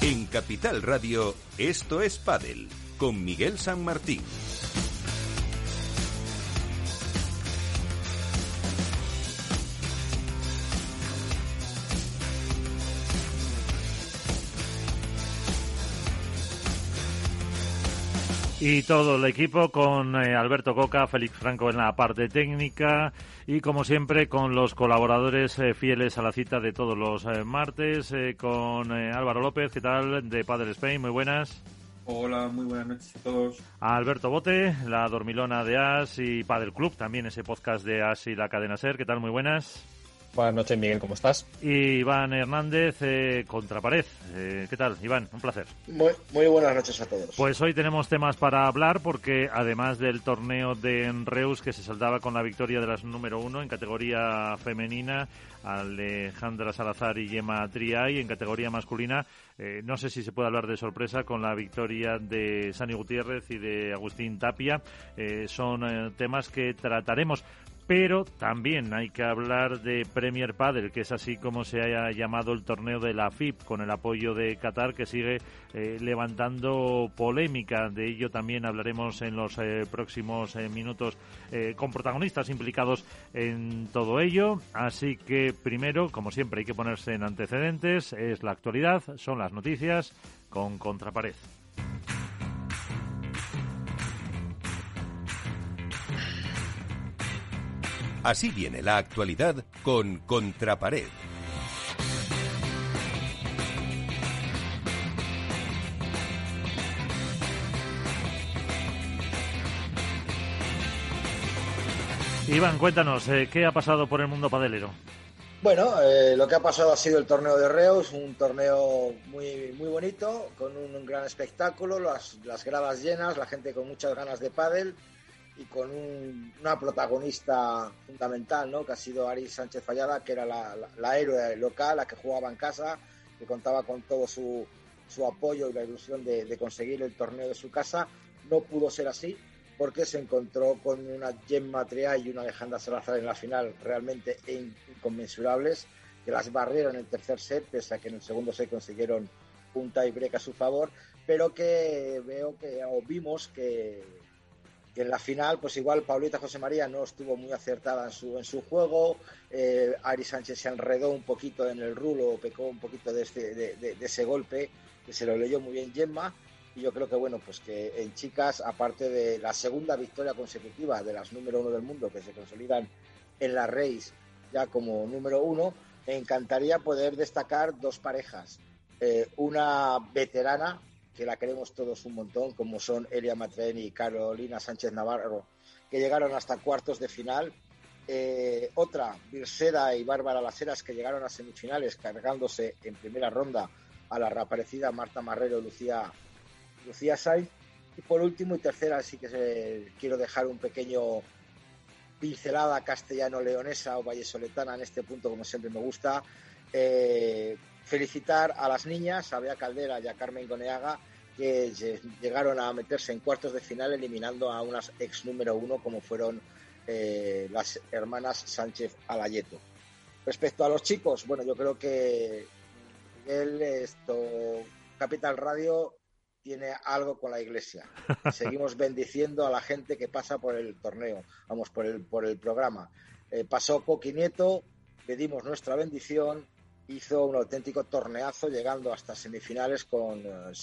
En Capital Radio, esto es Pádel, con Miguel San Martín. Y todo el equipo con Alberto Coca, Félix Franco en la parte técnica y como siempre con los colaboradores fieles a la cita de todos los martes, con Álvaro López, ¿qué tal? De Padel Spain, muy buenas. Hola, muy buenas noches a todos. A Alberto Bote, la dormilona de AS y Padel Club, también ese podcast de AS y la cadena SER, ¿qué tal? Muy buenas. Buenas noches, Miguel, ¿cómo estás? Y Iván Hernández, Contrapared. ¿Qué tal, Iván? Un placer. Muy buenas noches a todos. Pues hoy tenemos temas para hablar porque además del torneo de Reus que se saldaba con la victoria de las número 1 en categoría femenina, Alejandra Salazar y Gemma Triay, en categoría masculina, no sé si se puede hablar de sorpresa con la victoria de Sani Gutiérrez y de Agustín Tapia. Son temas que trataremos. Pero también hay que hablar de Premier Padel, que es así como se ha llamado el torneo de la FIP, con el apoyo de Qatar, que sigue levantando polémica. De ello también hablaremos en los próximos minutos con protagonistas implicados en todo ello. Así que primero, como siempre, hay que ponerse en antecedentes. Es la actualidad, son las noticias con Contrapared. Así viene la actualidad con Contrapared. Iván, cuéntanos, ¿qué ha pasado por el mundo padelero? Bueno, lo que ha pasado ha sido el torneo de Reus, un torneo muy bonito, con un gran espectáculo, las gradas llenas, la gente con muchas ganas de pádel y con una protagonista fundamental, ¿no? Que ha sido Ari Sánchez Fallada, que era la héroe local, la que jugaba en casa, que contaba con todo su apoyo y la ilusión de conseguir el torneo de su casa. No pudo ser así porque se encontró con una Gemma Triay y una Alejandra Salazar en la final realmente inconmensurables, que las barrieron en el tercer set, pese a que en el segundo set consiguieron un tie break a su favor, pero que vimos que en la final, pues igual Paulita José María no estuvo muy acertada en su juego, Ari Sánchez se enredó un poquito en el rulo, pecó un poquito de ese golpe, que se lo leyó muy bien Gemma, y yo creo que bueno, pues que en chicas, aparte de la segunda victoria consecutiva de las número 1 del mundo, que se consolidan en la race ya como número 1, me encantaría poder destacar dos parejas, una veterana, que la queremos todos un montón, como son Elia Matrén y Carolina Sánchez Navarro, que llegaron hasta cuartos de final. Otra, Virseda y Bárbara Las Heras, que llegaron a semifinales, cargándose en primera ronda a la reaparecida Marta Marrero y Lucía Sainz. Y por último y tercera, sí que quiero dejar un pequeño pincelada castellano-leonesa o vallesoletana en este punto, como siempre me gusta. Felicitar a las niñas, a Bea Caldera y a Carmen Goneaga, que llegaron a meterse en cuartos de final eliminando a unas ex número 1 como fueron las hermanas Sánchez Alayeto. Respecto a los chicos, bueno, yo creo que Miguel, Capital Radio tiene algo con la iglesia. Seguimos bendiciendo a la gente que pasa por el torneo, por el programa. Pasó Coqui Nieto, pedimos nuestra bendición, hizo un auténtico torneazo llegando hasta semifinales con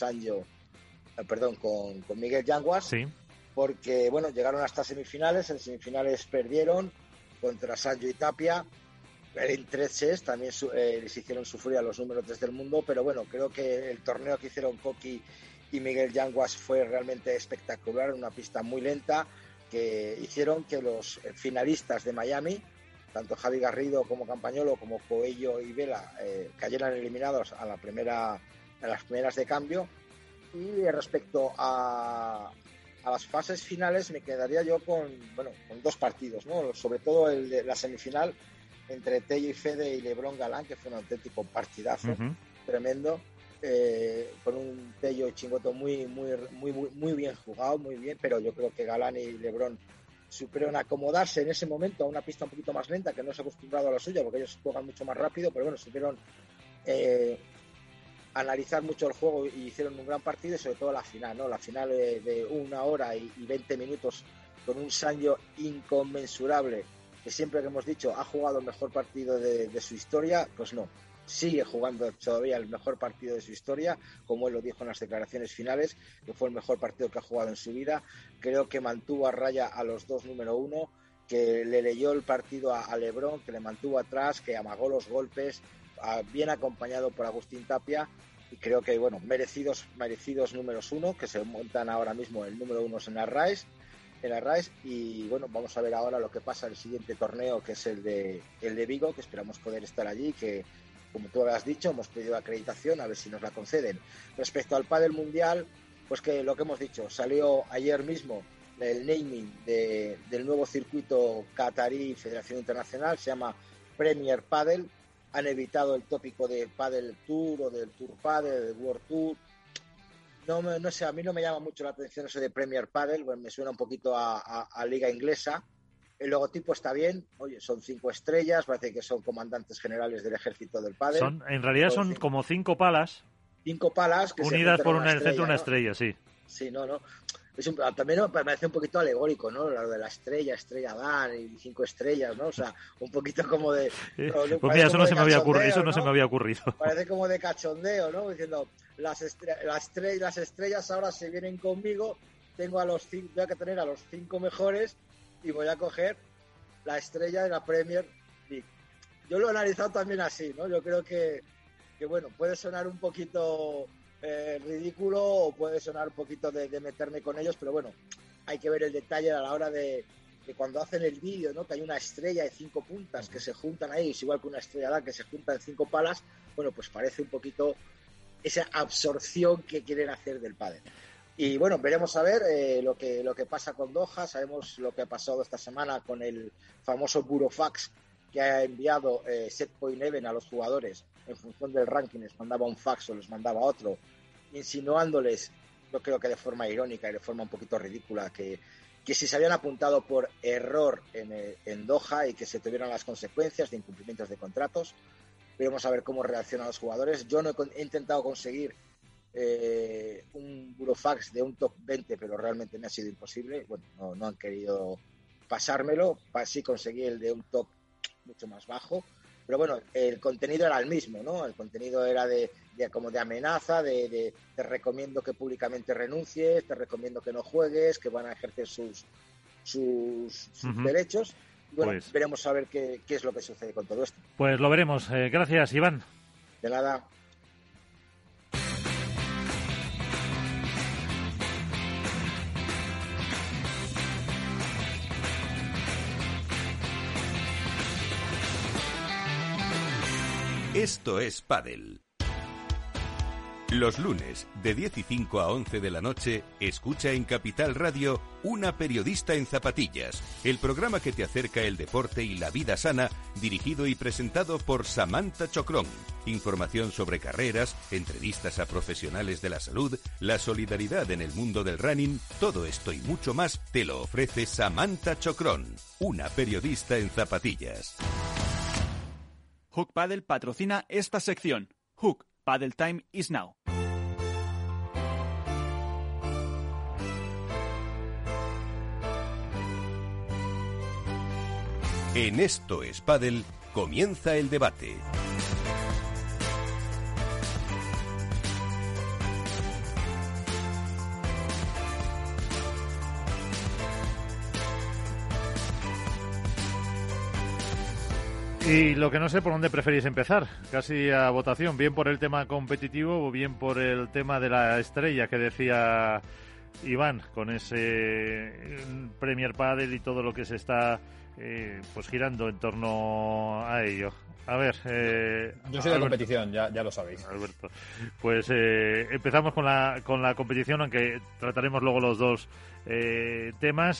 con Miguel Yanguas, sí. Porque bueno, llegaron hasta semifinales, en semifinales perdieron contra Sancho y Tapia, en 3 sets también les hicieron sufrir a los número 3 del mundo, pero bueno, creo que el torneo que hicieron Coqui y Miguel Yanguas fue realmente espectacular, una pista muy lenta, que hicieron que los finalistas de Miami, tanto Javi Garrido como Campañolo, como Coello y Vela, cayeran eliminados a las primeras de cambio. Y respecto a las fases finales, me quedaría yo con dos partidos, ¿no? Sobre todo el de la semifinal entre Tello y Fede y Lebrón Galán, que fue un auténtico partidazo, tremendo, con un Tello y Chingoto muy bien jugado, muy bien, pero yo creo que Galán y Lebrón supieron acomodarse en ese momento a una pista un poquito más lenta, que no se ha acostumbrado a la suya, porque ellos juegan mucho más rápido, pero bueno, supieron analizar mucho el juego y hicieron un gran partido, y sobre todo la final, ¿no? La final de 1 hora y 20 minutos con un Sancho inconmensurable, que siempre que hemos dicho ha jugado el mejor partido de su historia, pues no, sigue jugando todavía el mejor partido de su historia, como él lo dijo en las declaraciones finales, que fue el mejor partido que ha jugado en su vida. Creo que mantuvo a raya a los dos número uno, que le leyó el partido a LeBron, que le mantuvo atrás, que amagó los golpes, bien acompañado por Agustín Tapia, y creo que, bueno, merecidos números uno, que se montan ahora mismo el número uno en la Rise, y bueno, vamos a ver ahora lo que pasa en el siguiente torneo, que es el de Vigo, que esperamos poder estar allí, que como tú has dicho, hemos pedido acreditación, a ver si nos la conceden. Respecto al pádel mundial, pues que lo que hemos dicho, salió ayer mismo el naming del nuevo circuito catarí Federación Internacional, se llama Premier Padel. Han evitado el tópico de Padel Tour o del Tour Padel, del World Tour. No sé, a mí no me llama mucho la atención eso de Premier Padel, pues me suena un poquito a liga inglesa. El logotipo está bien, oye, son 5 estrellas, parece que son comandantes generales del ejército del pádel. En realidad son como 5 palas. 5 palas que unidas por en el centro una ¿no? estrella, sí. Sí, no. También me parece un poquito alegórico, ¿no? Lo de la estrella Dan y 5 estrellas, ¿no? O sea, un poquito como de... Pues mira, eso no se me había ocurrido. Parece como de cachondeo, ¿no? Diciendo, las estrellas ahora se vienen conmigo, voy a tener a los 5 mejores y voy a coger la estrella de la Premier League. Yo lo he analizado también así, ¿no? Yo creo que bueno, puede sonar un poquito ridículo o puede sonar un poquito de meterme con ellos, pero bueno, hay que ver el detalle a la hora de cuando hacen el vídeo, ¿no? Que hay una estrella de 5 puntas que se juntan ahí, es igual que una estrella que se junta en 5 palas, bueno, pues parece un poquito esa absorción que quieren hacer del pádel. Y bueno, veremos a ver lo que pasa con Doha. Sabemos lo que ha pasado esta semana con el famoso Burofax que ha enviado Setpoint Even a los jugadores en función del ranking. Les mandaba un fax o les mandaba otro, insinuándoles, yo creo que de forma irónica y de forma un poquito ridícula, que si se habían apuntado por error en Doha y que se tuvieran las consecuencias de incumplimientos de contratos. Veremos a ver cómo reaccionan los jugadores. Yo no he intentado conseguir un burofax de un top 20, pero realmente me ha sido imposible. Bueno, no han querido pasármelo. Sí conseguí el de un top mucho más bajo, pero bueno, el contenido era el mismo, ¿no? El contenido era como de amenaza, te recomiendo que públicamente renuncies, te recomiendo que no juegues, que van a ejercer sus derechos. Bueno, pues veremos a ver qué es lo que sucede con todo esto. Pues lo veremos. Gracias, Iván. De nada. Esto es Padel. Los lunes, de 10 y 5 a 11 de la noche, escucha en Capital Radio Una periodista en zapatillas, el programa que te acerca el deporte y la vida sana, dirigido y presentado por Samantha Chocrón. Información sobre carreras, entrevistas a profesionales de la salud, la solidaridad en el mundo del running, todo esto y mucho más te lo ofrece Samantha Chocrón, una periodista en zapatillas. Hook Paddle patrocina esta sección. Hook Paddle Time is now. En Esto es Padel, comienza el debate. Y lo que no sé por dónde preferís empezar, casi a votación, bien por el tema competitivo o bien por el tema de la estrella que decía Iván, con ese Premier Padel y todo lo que se está pues girando en torno a ello. A ver, yo soy de competición, ya lo sabéis. Alberto, pues empezamos con la competición, aunque trataremos luego los dos temas.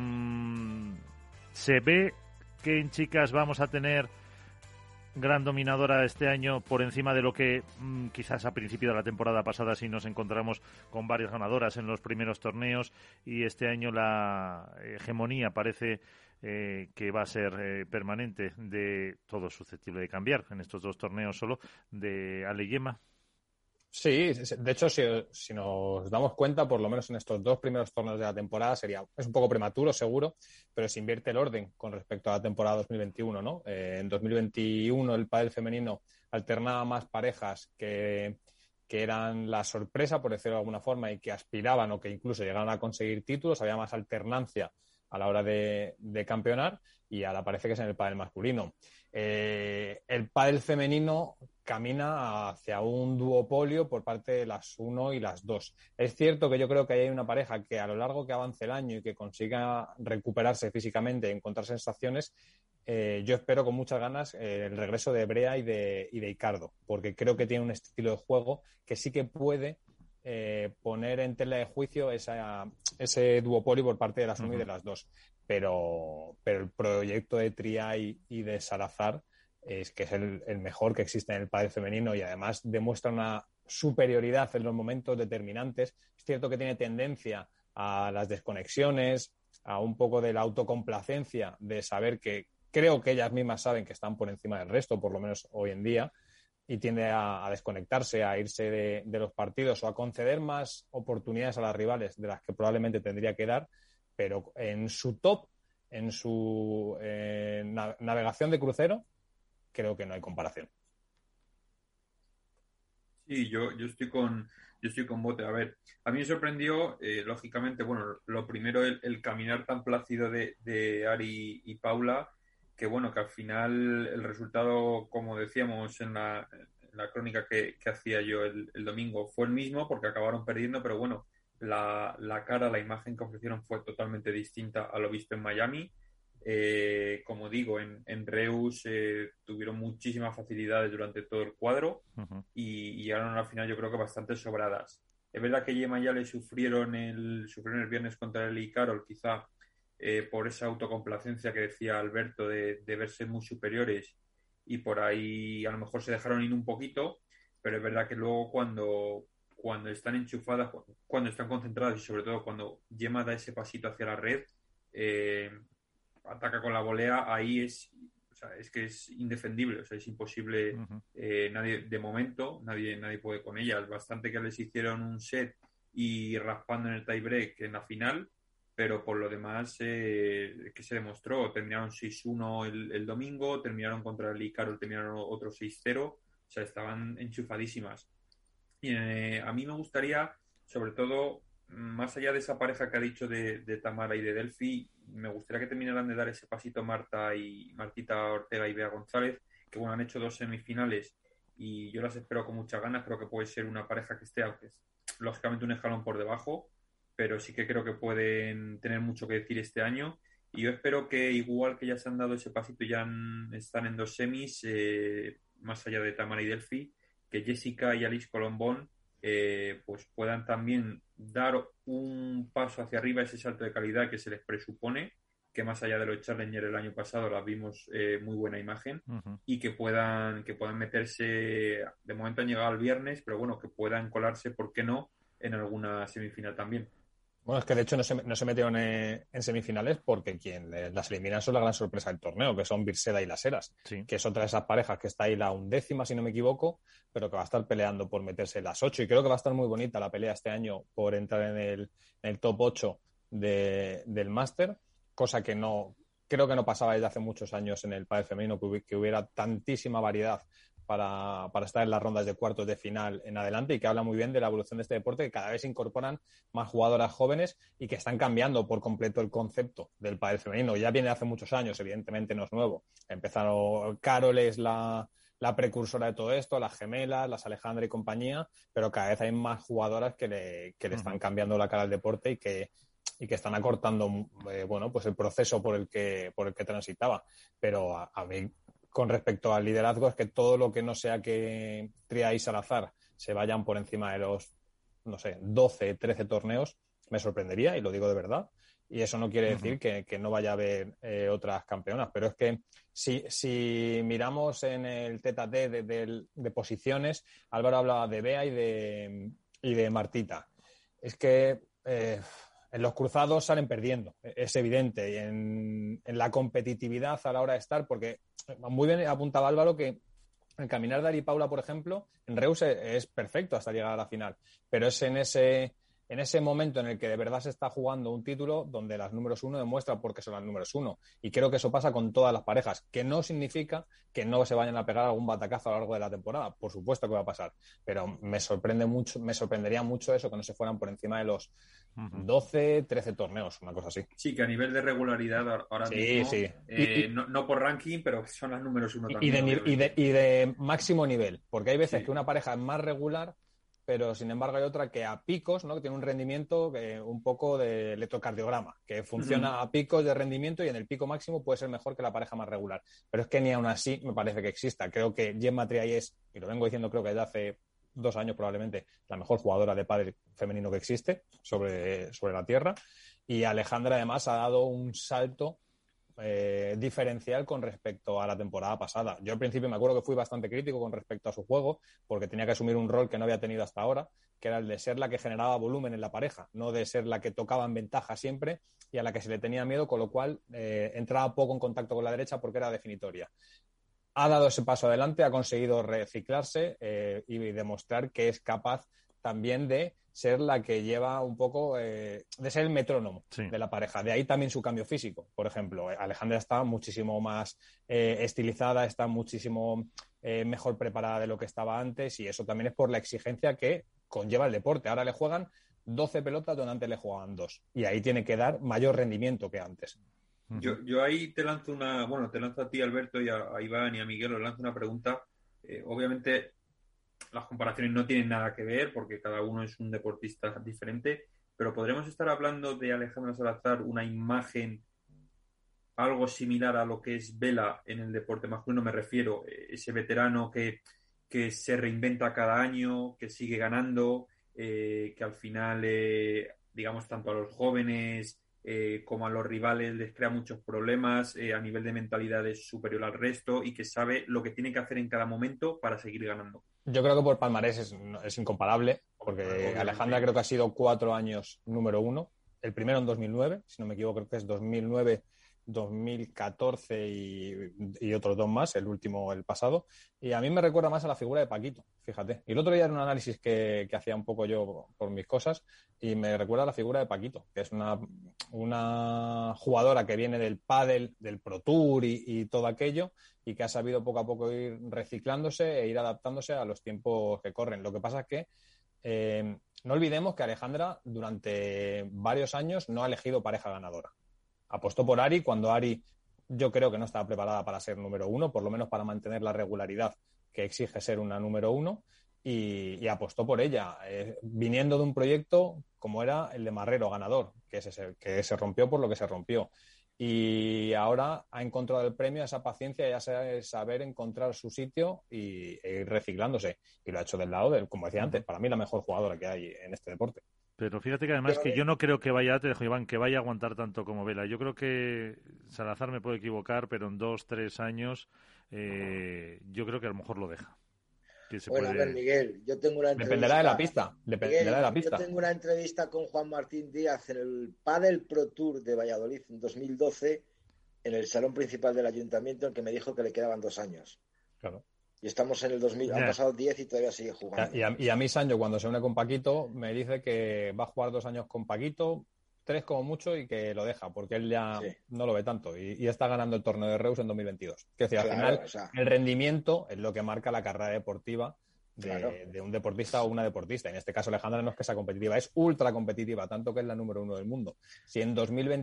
Se ve que en chicas vamos a tener gran dominadora este año por encima de lo que quizás a principio de la temporada pasada sí nos encontramos con varias ganadoras en los primeros torneos, y este año la hegemonía parece que va a ser permanente, de todo susceptible de cambiar en estos dos torneos solo, de Ale Yema. Sí, de hecho, si nos damos cuenta, por lo menos en estos 2 primeros torneos de la temporada, es un poco prematuro, seguro, pero se invierte el orden con respecto a la temporada 2021, ¿no? En 2021 el pádel femenino alternaba más parejas que eran la sorpresa, por decirlo de alguna forma, y que aspiraban o que incluso llegaron a conseguir títulos, había más alternancia a la hora de campeonar, y ahora parece que es en el pádel masculino. El pádel femenino camina hacia un duopolio por parte de las 1 y las 2. Es cierto que yo creo que hay una pareja que a lo largo que avance el año y que consiga recuperarse físicamente y encontrar sensaciones, yo espero con muchas ganas el regreso de Brea y de Icardo, porque creo que tiene un estilo de juego que sí que puede poner en tela de juicio ese duopolio por parte de las 1 y de las 2. Pero el proyecto de Triay y de Salazar es que es el mejor que existe en el pádel femenino, y además demuestra una superioridad en los momentos determinantes. Es cierto que tiene tendencia a las desconexiones, a un poco de la autocomplacencia, de saber que creo que ellas mismas saben que están por encima del resto, por lo menos hoy en día, y tiende a desconectarse, a irse de los partidos o a conceder más oportunidades a las rivales de las que probablemente tendría que dar, pero en su top, en su navegación de crucero, creo que no hay comparación. Sí, yo estoy con Bote. A ver, a mí me sorprendió, lógicamente, bueno, lo primero, el caminar tan plácido de Ari y Paula, que bueno, que al final el resultado, como decíamos en la crónica que hacía yo el domingo, fue el mismo porque acabaron perdiendo, pero bueno, la cara, la imagen que ofrecieron fue totalmente distinta a lo visto en Miami. Como digo, en Reus tuvieron muchísimas facilidades durante todo el cuadro y llegaron a la final, yo creo que bastante sobradas. Es verdad que Gemma ya le sufrieron el viernes contra el Carol, quizá por esa autocomplacencia que decía Alberto de verse muy superiores, y por ahí a lo mejor se dejaron ir un poquito, pero es verdad que luego cuando están enchufadas, cuando están concentradas y sobre todo cuando Gemma da ese pasito hacia la red, ataca con la volea, ahí o sea, es que es indefendible, o sea, es imposible. Nadie, de momento, nadie puede con ellas. Bastante que les hicieron un set y raspando en el tiebreak en la final, pero por lo demás, que se demostró, terminaron 6-1 el domingo, terminaron contra el Carol, terminaron otro 6-0, o sea, estaban enchufadísimas. Y a mí me gustaría, sobre todo, más allá de esa pareja que ha dicho de Tamara y de Delphi, me gustaría que terminaran de dar ese pasito Martita Ortega y Bea González, que bueno, han hecho 2 semifinales y yo las espero con muchas ganas. Creo que puede ser una pareja que esté, aunque lógicamente un escalón por debajo, pero sí que creo que pueden tener mucho que decir este año. Y yo espero que, igual que ya se han dado ese pasito y ya están en 2 semis, más allá de Tamara y Delphi, que Jessica y Alice Colombón pues puedan también dar un paso hacia arriba, ese salto de calidad que se les presupone, que más allá de los Challenger el año pasado las vimos muy buena imagen, y que puedan meterse, de momento han llegado al viernes, pero bueno, que puedan colarse, ¿por qué no?, en alguna semifinal también. Bueno, es que de hecho no se metieron en semifinales porque quien las elimina son la gran sorpresa del torneo, que son Virseda y Las Heras, sí, que es otra de esas parejas que está ahí la 11ª, si no me equivoco, pero que va a estar peleando por meterse en las 8, y creo que va a estar muy bonita la pelea este año por entrar en el top 8 del Máster, cosa que creo que no pasaba desde hace muchos años en el pádel femenino, que hubiera tantísima variedad para estar en las rondas de cuartos de final en adelante, y que habla muy bien de la evolución de este deporte, que cada vez se incorporan más jugadoras jóvenes y que están cambiando por completo el concepto del pádel femenino. Ya viene hace muchos años, evidentemente no es nuevo. Empezaron, Carol es la precursora de todo esto, las gemelas, las Alejandra y compañía, pero cada vez hay más jugadoras que le están cambiando la cara al deporte y que están acortando bueno, pues el proceso por el que transitaba. Pero a mí, con respecto al liderazgo, es que todo lo que no sea que Triay y Salazar se vayan por encima de los, no sé, 12, 13 torneos, me sorprendería, y lo digo de verdad. Y eso no quiere decir que no vaya a haber otras campeonas. Pero es que si miramos en el tete-a-tete de posiciones, Álvaro hablaba de Bea y de Martita. Es que en los cruzados salen perdiendo, es evidente. Y en la competitividad a la hora de estar, porque muy bien apuntaba Álvaro que El caminar de Ari Paula, por ejemplo, en Reus es perfecto hasta llegar a la final, pero es en ese momento en el que de verdad se está jugando un título donde las números 1 demuestran por qué son las números 1. Y creo que eso pasa con todas las parejas, que no significa que no se vayan a pegar algún batacazo a lo largo de la temporada. Por supuesto que va a pasar, pero me sorprendería mucho eso, que no se fueran por encima de los 12, 13 torneos, una cosa así. Sí, que a nivel de regularidad ahora mismo, sí. No por ranking, pero son las números 1 Y también. de máximo nivel, porque hay veces que una pareja es más regular, pero sin embargo hay otra que a picos, ¿no? Que tiene un rendimiento un poco de electrocardiograma, que funciona a picos de rendimiento y en el pico máximo puede ser mejor que la pareja más regular. Pero es que ni aún así me parece que exista. Creo que Gemma Triay es, y lo vengo diciendo creo que desde hace 2 años probablemente, la mejor jugadora de pádel femenino que existe sobre la Tierra. Y Alejandra además ha dado un salto diferencial con respecto a la temporada pasada. Yo al principio me acuerdo que fui bastante crítico con respecto a su juego, porque tenía que asumir un rol que no había tenido hasta ahora, que era el de ser la que generaba volumen en la pareja, no de ser la que tocaba en ventaja siempre y a la que se le tenía miedo, con lo cual entraba poco en contacto con la derecha porque era definitoria. Ha dado ese paso adelante, ha conseguido reciclarse y demostrar que es capaz también de ser la que lleva un poco, de ser el metrónomo de la pareja. De ahí también su cambio físico. Por ejemplo, Alejandra está muchísimo más estilizada, está muchísimo mejor preparada de lo que estaba antes, y eso también es por la exigencia que conlleva el deporte. Ahora le juegan 12 pelotas donde antes le jugaban 2. Y ahí tiene que dar mayor rendimiento que antes. Yo ahí te lanzo te lanzo a ti, Alberto, y a Iván y a Miguel, os lanzo una pregunta. Obviamente las comparaciones no tienen nada que ver porque cada uno es un deportista diferente, pero podremos estar hablando de Alejandra Salazar, una imagen algo similar a lo que es Vela en el deporte masculino. Me refiero ese veterano que se reinventa cada año, que sigue ganando, que al final, digamos, tanto a los jóvenes como a los rivales les crea muchos problemas, a nivel de mentalidad es superior al resto y que sabe lo que tiene que hacer en cada momento para seguir ganando. Yo creo que por palmarés es incomparable, porque obviamente Alejandra creo que ha sido 4 años número 1, el primero en 2009, si no me equivoco creo que es 2009, 2014 y otros 2 más, el último el pasado, y a mí me recuerda más a la figura de Paquito, fíjate. Y el otro día era un análisis que hacía un poco yo por mis cosas y me recuerda a la figura de Paquito, que es una jugadora que viene del pádel, del Pro Tour y todo aquello, y que ha sabido poco a poco ir reciclándose e ir adaptándose a los tiempos que corren. Lo que pasa es que no olvidemos que Alejandra durante varios años no ha elegido pareja ganadora. Apostó por Ari cuando Ari yo creo que no estaba preparada para ser número 1, por lo menos para mantener la regularidad que exige ser una número 1, y apostó por ella, viniendo de un proyecto como era el de Marrero ganador, que se rompió por lo que se rompió. Y ahora ha encontrado el premio a esa paciencia y a saber encontrar su sitio e ir reciclándose. Y lo ha hecho del lado de, como decía antes, para mí la mejor jugadora que hay en este deporte. Pero fíjate que además que yo no creo que vaya, te dejo Iván, que vaya a aguantar tanto como Vela. Yo creo que Salazar me puede equivocar, pero en 2-3 años yo creo que a lo mejor lo deja. A ver, Miguel, yo tengo una entrevista. Dependerá de la pista. Yo tengo una entrevista con Juan Martín Díaz en el Padel Pro Tour de Valladolid en 2012, en el salón principal del ayuntamiento, en que me dijo que le quedaban 2 años. Claro. Y estamos en el 2000, han pasado 10 y todavía sigue jugando. Y a mí Sancho, cuando se une con Paquito, me dice que va a jugar 2 años con Paquito, 3 como mucho, y que lo deja, porque él ya no lo ve tanto. Y está ganando el torneo de Reus en 2022. Es decir, al final, el rendimiento es lo que marca la carrera deportiva de un deportista o una deportista. En este caso, Alejandra no es que sea competitiva, es ultra competitiva, tanto que es la número 1 del mundo. Si en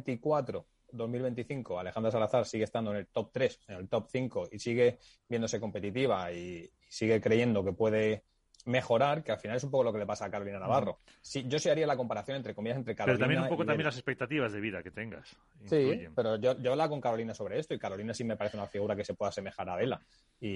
2024-2025 Alejandra Salazar sigue estando en el top 3, en el top 5, y sigue viéndose competitiva y sigue creyendo que puede mejorar, que al final es un poco lo que le pasa a Carolina Navarro. Sí, yo sí haría la comparación entre comillas entre Carolina. Pero también un poco también las expectativas de vida que tengas. Sí, pero yo hablaba con Carolina sobre esto, y Carolina sí me parece una figura que se pueda asemejar a Vela,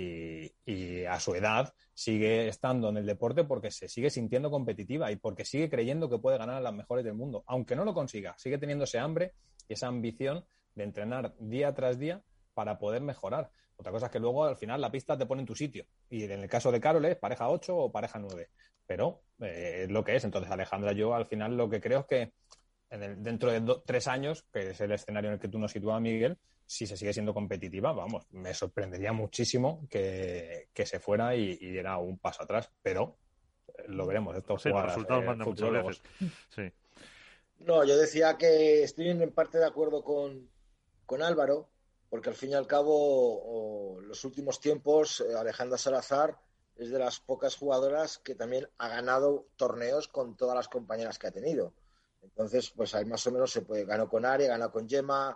y a su edad sigue estando en el deporte porque se sigue sintiendo competitiva y porque sigue creyendo que puede ganar a las mejores del mundo, aunque no lo consiga, sigue teniendo ese hambre y esa ambición de entrenar día tras día para poder mejorar. Otra cosa es que luego al final la pista te pone en tu sitio, y en el caso de Carol es pareja 8 o pareja 9, pero es lo que es. Entonces Alejandra, yo al final lo que creo es que dentro de 3 años, que es el escenario en el que tú nos sitúas, Miguel, si se sigue siendo competitiva, vamos, me sorprendería muchísimo que se fuera y diera un paso atrás, pero lo veremos. Esto sí, los resultados mandan muchas veces. Sí. No, yo decía que estoy en parte de acuerdo con Álvaro, porque al fin y al cabo, los últimos tiempos, Alejandra Salazar es de las pocas jugadoras que también ha ganado torneos con todas las compañeras que ha tenido. Entonces, pues ahí más o menos se puede. Ganó con Aria, ganó con Gemma,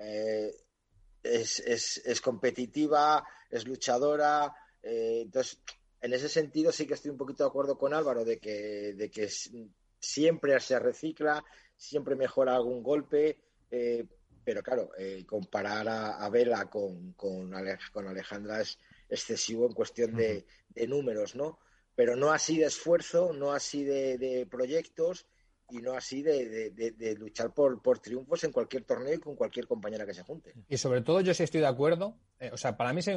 es competitiva, es luchadora. Entonces, en ese sentido sí que estoy un poquito de acuerdo con Álvaro de que siempre se recicla, siempre mejora algún golpe, pero claro, comparar a Vela con Alejandra es excesivo en cuestión de números, ¿no? Pero no así de esfuerzo, no así de proyectos y no así de luchar por triunfos en cualquier torneo y con cualquier compañera que se junte. Y sobre todo yo sí estoy de acuerdo, o sea, para mí es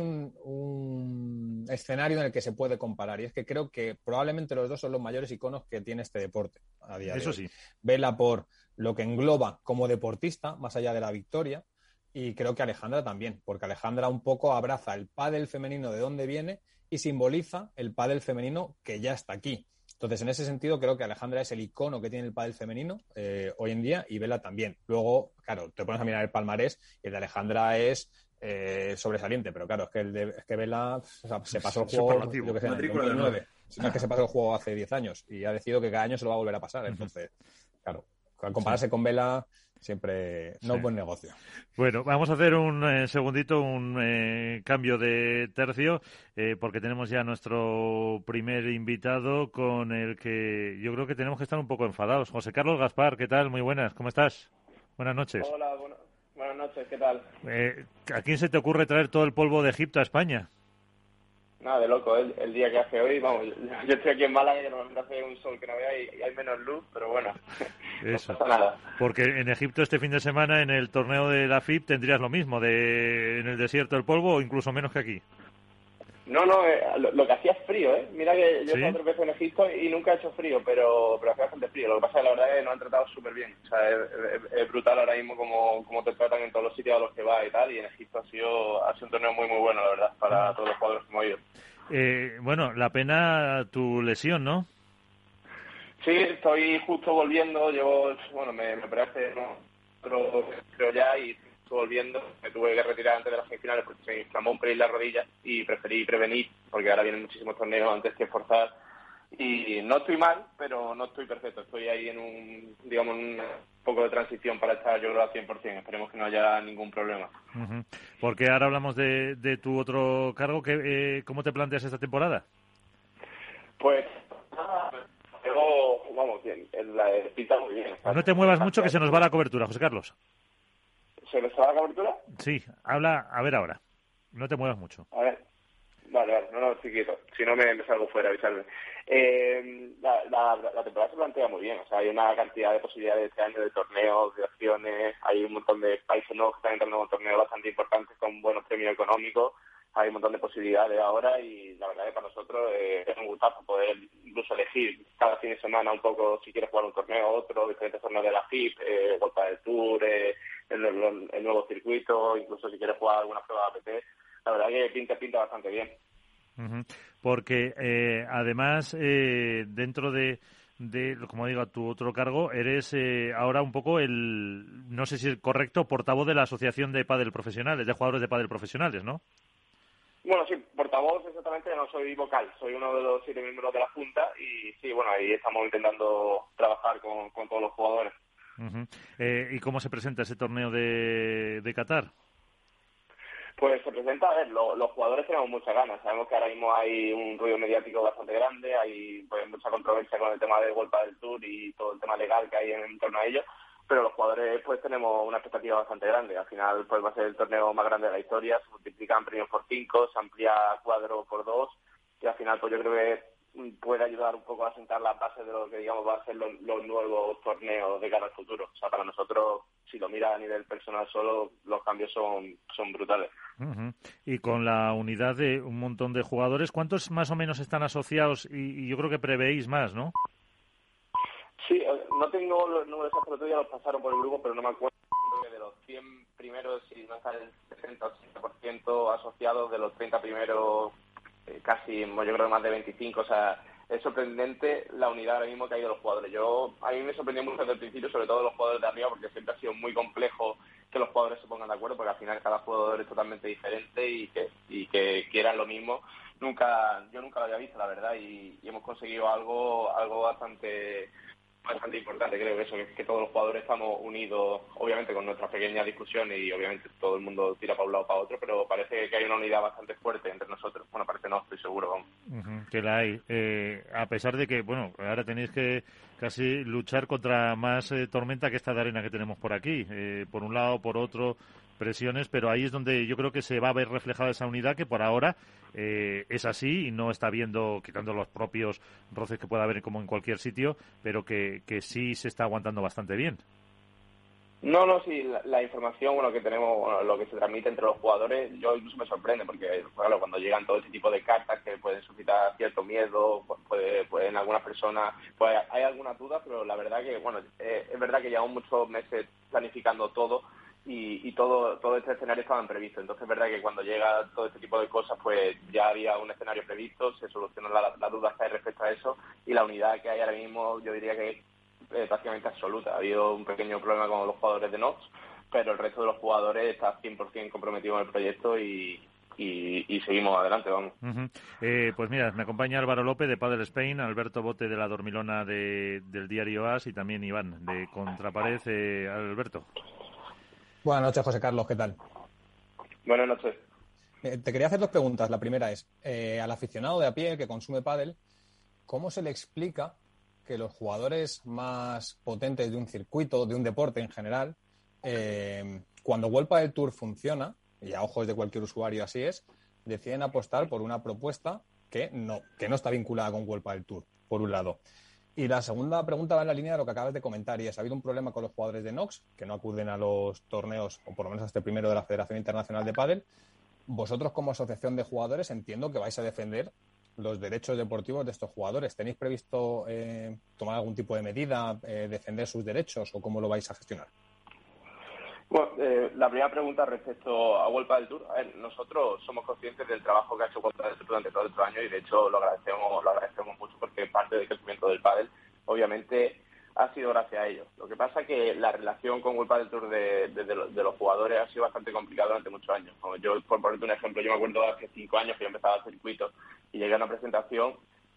un escenario en el que se puede comparar, y es que creo que probablemente los dos son los mayores iconos que tiene este deporte a día de hoy. Eso sí. Vela por lo que engloba como deportista, más allá de la victoria, y creo que Alejandra también, porque Alejandra un poco abraza el pádel femenino de donde viene y simboliza el pádel femenino que ya está aquí. Entonces, en ese sentido, creo que Alejandra es el icono que tiene el pádel femenino hoy en día, y Vela también. Luego, claro, te pones a mirar el palmarés y el de Alejandra es sobresaliente, pero claro, es que Vela, o sea, se pasó el juego, yo que sé, en 2009. No es que se pasó el juego hace 10 años y ha decidido que cada año se lo va a volver a pasar. Entonces, claro, al compararse con Vela siempre no es buen negocio. Bueno, vamos a hacer un segundito, un cambio de tercio, porque tenemos ya nuestro primer invitado con el que yo creo que tenemos que estar un poco enfadados. José Carlos Gaspar, ¿qué tal? Muy buenas, ¿cómo estás? Buenas noches. Hola, buenas noches, ¿qué tal? ¿A quién se te ocurre traer todo el polvo de Egipto a España? Nada, de loco, el día que hace hoy, vamos, yo estoy aquí en Málaga y normalmente hace un sol que no vea y hay menos luz, pero bueno, eso. No pasa nada. Porque en Egipto este fin de semana en el torneo de la FIP tendrías lo mismo, en el desierto el polvo o incluso menos que aquí. No, lo que hacía es frío, ¿eh? Mira que yo he ¿Sí? estado 3 veces en Egipto y nunca he hecho frío, pero hace bastante frío. Lo que pasa es que la verdad es que nos han tratado súper bien. O sea, es brutal ahora mismo como te tratan en todos los sitios a los que vas y tal, y en Egipto ha sido un torneo muy, muy bueno, la verdad, para todos los jugadores que hemos ido. Bueno, la pena tu lesión, ¿no? Sí, estoy justo volviendo, me operé hace creo ya, y estoy volviendo. Me tuve que retirar antes de las semifinales porque se me inflamó un pelín la rodilla y preferí prevenir, porque ahora vienen muchísimos torneos antes que forzar. Y no estoy mal, pero no estoy perfecto. Estoy ahí en un poco de transición para estar, yo creo, al 100%. Esperemos que no haya ningún problema. Uh-huh. Porque ahora hablamos de tu otro cargo. ¿Cómo te planteas esta temporada? Pues, pinta muy bien. No te muevas mucho, que se nos va la cobertura, José Carlos. ¿Se nos va la cobertura? Sí, habla, a ver ahora. No te muevas mucho. A ver. Vale, no, estoy quieto. Si no, me salgo fuera, avisarme. La temporada se plantea muy bien. O sea, hay una cantidad de posibilidades este año de torneos, de opciones. Hay un montón de países nuevos que están entrando en torneos bastante importantes con buenos premios económicos. Hay un montón de posibilidades ahora y la verdad es que para nosotros es un gustazo poder incluso elegir cada fin de semana un poco si quieres jugar un torneo o otro, diferentes torneos de la FIP, Volta del Tour, el nuevo circuito, incluso si quieres jugar alguna prueba de APT. La verdad que pinta bastante bien. Uh-huh. Porque además dentro de como digo, tu otro cargo, eres ahora un poco no sé si es correcto, portavoz de la Asociación de Pádel Profesionales, de jugadores de pádel profesionales, ¿no? Bueno, sí, portavoz exactamente, no soy vocal, soy uno de los 7 miembros de la Junta y sí, bueno, ahí estamos intentando trabajar con todos los jugadores. Uh-huh. ¿Y cómo se presenta ese torneo de Qatar? Pues se presenta, a ver, los jugadores tenemos muchas ganas. Sabemos que ahora mismo hay un ruido mediático bastante grande, hay pues mucha controversia con el tema de Volta del Tour y todo el tema legal que hay en torno a ello, pero los jugadores pues tenemos una expectativa bastante grande. Al final pues va a ser el torneo más grande de la historia, se multiplican premios por 5, se amplía cuadro por 2 y al final pues yo creo que puede ayudar un poco a sentar las bases de lo que digamos va a ser los nuevos torneos de cara al futuro. O sea, para nosotros, si lo miras a nivel personal solo, los cambios son brutales. Uh-huh. Y con la unidad de un montón de jugadores, ¿cuántos más o menos están asociados? Y yo creo que prevéis más, ¿no? Sí, no tengo los números exactos, otro día los pasaron por el grupo, pero no me acuerdo. Creo que de los 100 primeros, si no está el 60 o 60% asociados, de los 30 primeros, casi, yo creo que más de 25, o sea, es sorprendente la unidad ahora mismo que hay de los jugadores. A mí me sorprendió mucho desde el principio, sobre todo los jugadores de arriba, porque siempre ha sido muy complejo que los jugadores se pongan de acuerdo, porque al final cada jugador es totalmente diferente y que quieran lo mismo. Yo nunca lo había visto, la verdad, y hemos conseguido algo bastante importante, creo que todos los jugadores estamos unidos, obviamente con nuestras pequeñas discusiones y obviamente todo el mundo tira para un lado o para otro, pero parece que hay una unidad bastante fuerte entre nosotros. Bueno, parece no, estoy seguro, vamos. Que la hay. A pesar de que, bueno, ahora tenéis que casi luchar contra más tormenta que esta de arena que tenemos por aquí. Por un lado, por otro, presiones, pero ahí es donde yo creo que se va a ver reflejada esa unidad que por ahora es así y no está viendo, quitando los propios roces que pueda haber como en cualquier sitio, pero que sí se está aguantando bastante bien. No, sí, la información que tenemos, lo que se transmite entre los jugadores, yo incluso me sorprende, porque claro, cuando llegan todo ese tipo de cartas que pueden suscitar cierto miedo, puede en algunas personas, pues hay algunas dudas, pero la verdad que, es verdad que llevamos muchos meses planificando todo y todo este escenario estaba previsto. Entonces es verdad que cuando llega todo este tipo de cosas, pues ya había un escenario previsto, se solucionan las dudas que hay respecto a eso, y la unidad que hay ahora mismo, yo diría que prácticamente absoluta. Ha habido un pequeño problema con los jugadores de Nox, pero el resto de los jugadores está 100% comprometido en el proyecto y seguimos adelante, vamos. Pues mira, me acompaña Álvaro López de Padel Spain, Alberto Bote de La Dormilona del diario AS y también Iván de Contrapared. Alberto. Buenas noches, José Carlos, ¿qué tal? Buenas noches. Te quería hacer dos preguntas. La primera es, al aficionado de a pie que consume pádel, ¿cómo se le explica que los jugadores más potentes de un circuito, de un deporte en general, cuando World Padel Tour funciona, y a ojos de cualquier usuario así es, deciden apostar por una propuesta que no está vinculada con World Padel Tour, por un lado? Y la segunda pregunta va en la línea de lo que acabas de comentar, y es, ha habido un problema con los jugadores de Nox, que no acuden a los torneos, o por lo menos a este primero de la Federación Internacional de Pádel. Vosotros, como asociación de jugadores, entiendo que vais a defender los derechos deportivos de estos jugadores. ¿Tenéis previsto tomar algún tipo de medida, defender sus derechos, o cómo lo vais a gestionar? Bueno, la primera pregunta respecto a World Padel Tour. A ver, nosotros somos conscientes del trabajo que ha hecho World Padel Tour durante todo estos años y de hecho lo agradecemos mucho, porque parte del crecimiento del pádel obviamente ha sido gracias a ellos. Lo que pasa es que la relación con World Padel Tour de los jugadores ha sido bastante complicada durante muchos años. Como yo, por ponerte un ejemplo, yo me acuerdo hace 5 años que yo empezaba el circuito y llegué a una presentación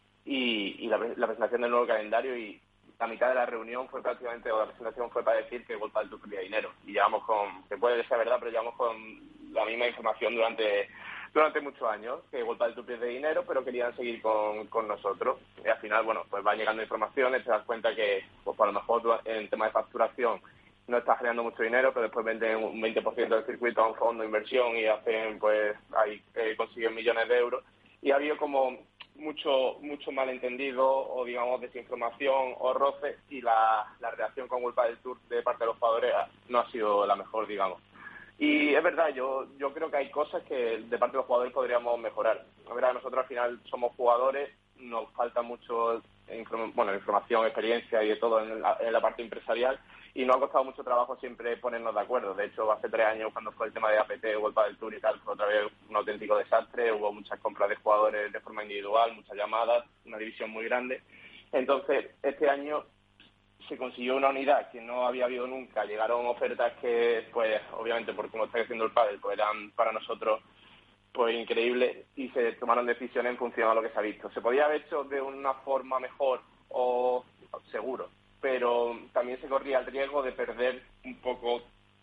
y la presentación del nuevo calendario, y la mitad de la reunión fue prácticamente, o la presentación fue para decir que World Padel Tour quería dinero. Y llevamos que puede ser verdad, pero llevamos con la misma información durante muchos años, que World Padel Tour pierde dinero, pero querían seguir con nosotros. Y al final, pues van llegando informaciones, te das cuenta que, pues a lo mejor en tema de facturación no estás generando mucho dinero, pero después venden un 20% del circuito a un fondo de inversión y hacen, pues ahí consiguen millones de euros. Y ha habido como mucho malentendido, o digamos desinformación o roce, y la relación con World Padel Tour de parte de los jugadores no ha sido la mejor, digamos. Y es verdad, yo creo que hay cosas que de parte de los jugadores podríamos mejorar. La verdad, nosotros al final somos jugadores, nos falta mucho información, experiencia y de todo en la parte empresarial, y nos ha costado mucho trabajo siempre ponernos de acuerdo. De hecho, hace 3 años, cuando fue el tema de APT, World Padel Tour y tal, fue otra vez un auténtico desastre. Hubo muchas compras de jugadores de forma individual, muchas llamadas, una división muy grande. Entonces, este año se consiguió una unidad que no había habido nunca. Llegaron ofertas que, pues, obviamente, por cómo está creciendo el pádel, pues eran para nosotros pues increíbles, y se tomaron decisiones en función a lo que se ha visto. Se podía haber hecho de una forma mejor, o seguro, pero también se corría el riesgo de perder un poco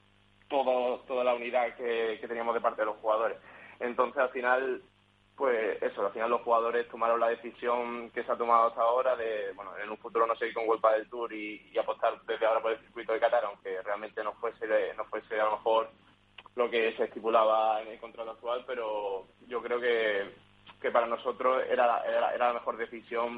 toda la unidad que teníamos de parte de los jugadores. Entonces, al final, al final los jugadores tomaron la decisión que se ha tomado hasta ahora de, en un futuro no seguir con World Padel Tour y apostar desde ahora por el circuito de Qatar, aunque realmente no fuese a lo mejor lo que se estipulaba en el contrato actual, pero yo creo que para nosotros era la mejor decisión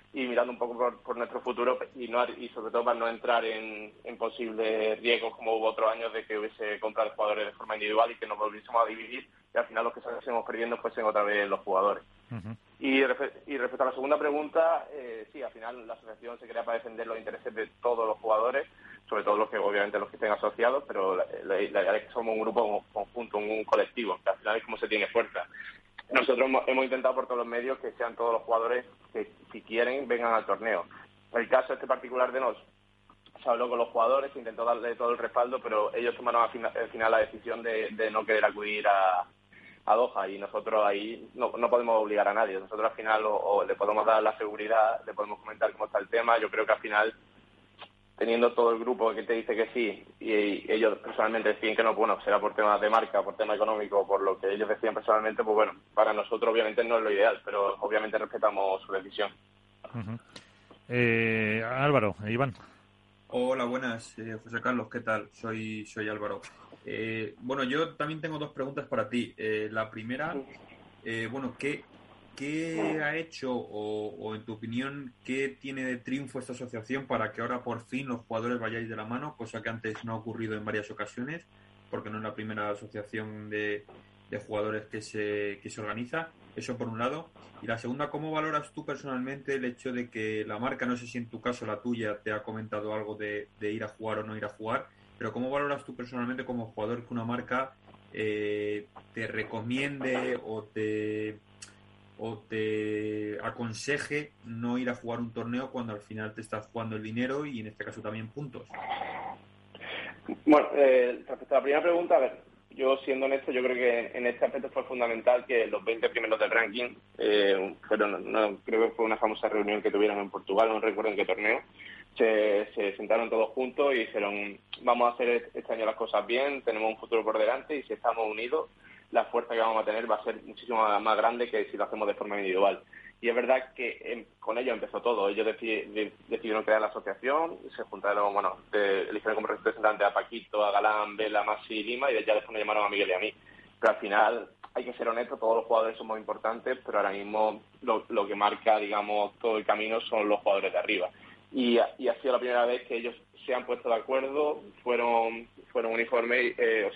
y mirando un poco por nuestro futuro y sobre todo para no entrar en posibles riesgos como hubo otros años de que hubiese comprado jugadores de forma individual y que nos volviésemos a dividir y al final los que saliésemos perdiendo fuesen otra vez los jugadores. Uh-huh. Y respecto a la segunda pregunta, sí, al final la asociación se crea para defender los intereses de todos los jugadores, sobre todo obviamente los que estén asociados, pero la idea es que somos un grupo conjunto, un colectivo, que al final es como se tiene fuerza. Nosotros hemos intentado por todos los medios que sean todos los jugadores que, si quieren, vengan al torneo. En el caso particular de Nos, se habló con los jugadores, se intentó darle todo el respaldo, pero ellos tomaron al final la decisión de no querer acudir a Doha, y nosotros ahí no podemos obligar a nadie. Nosotros al final o le podemos dar la seguridad, le podemos comentar cómo está el tema. Yo creo que al final, teniendo todo el grupo que te dice que sí y ellos personalmente deciden que no, bueno, será por temas de marca, por tema económico, por lo que ellos decían personalmente, pues bueno, para nosotros obviamente no es lo ideal, pero obviamente respetamos su decisión. Uh-huh. Álvaro, Iván. Hola, buenas, José Carlos, ¿qué tal? Soy Álvaro. Bueno, yo también tengo dos preguntas para ti. La primera, bueno, ¿qué ha hecho o en tu opinión, qué tiene de triunfo esta asociación para que ahora por fin los jugadores vayáis de la mano, cosa que antes no ha ocurrido en varias ocasiones, porque no es la primera asociación de jugadores que se organiza? Eso por un lado. Y la segunda, ¿cómo valoras tú personalmente el hecho de que la marca, no sé si en tu caso la tuya te ha comentado algo de ir a jugar o no ir a jugar, pero cómo valoras tú personalmente como jugador que una marca te recomiende o te aconseje no ir a jugar un torneo cuando al final te estás jugando el dinero y en este caso también puntos? Bueno, respecto a la primera pregunta, a ver, yo siendo honesto, yo creo que en este aspecto fue fundamental que los 20 primeros del ranking creo que fue una famosa reunión que tuvieron en Portugal, no recuerdo en qué torneo, se sentaron todos juntos y dijeron, vamos a hacer este año las cosas bien, tenemos un futuro por delante y si estamos unidos, la fuerza que vamos a tener va a ser muchísimo más grande que si lo hacemos de forma individual. Y es verdad que con ellos empezó todo. Ellos decidieron crear la asociación, se juntaron, eligieron como representante a Paquito, a Galán, Vela, Masi y Lima, y ya después nos llamaron a Miguel y a mí. Pero al final, hay que ser honestos, todos los jugadores somos importantes, pero ahora mismo lo que marca, digamos, todo el camino son los jugadores de arriba. Y ha sido la primera vez que ellos se han puesto de acuerdo, fueron uniformes,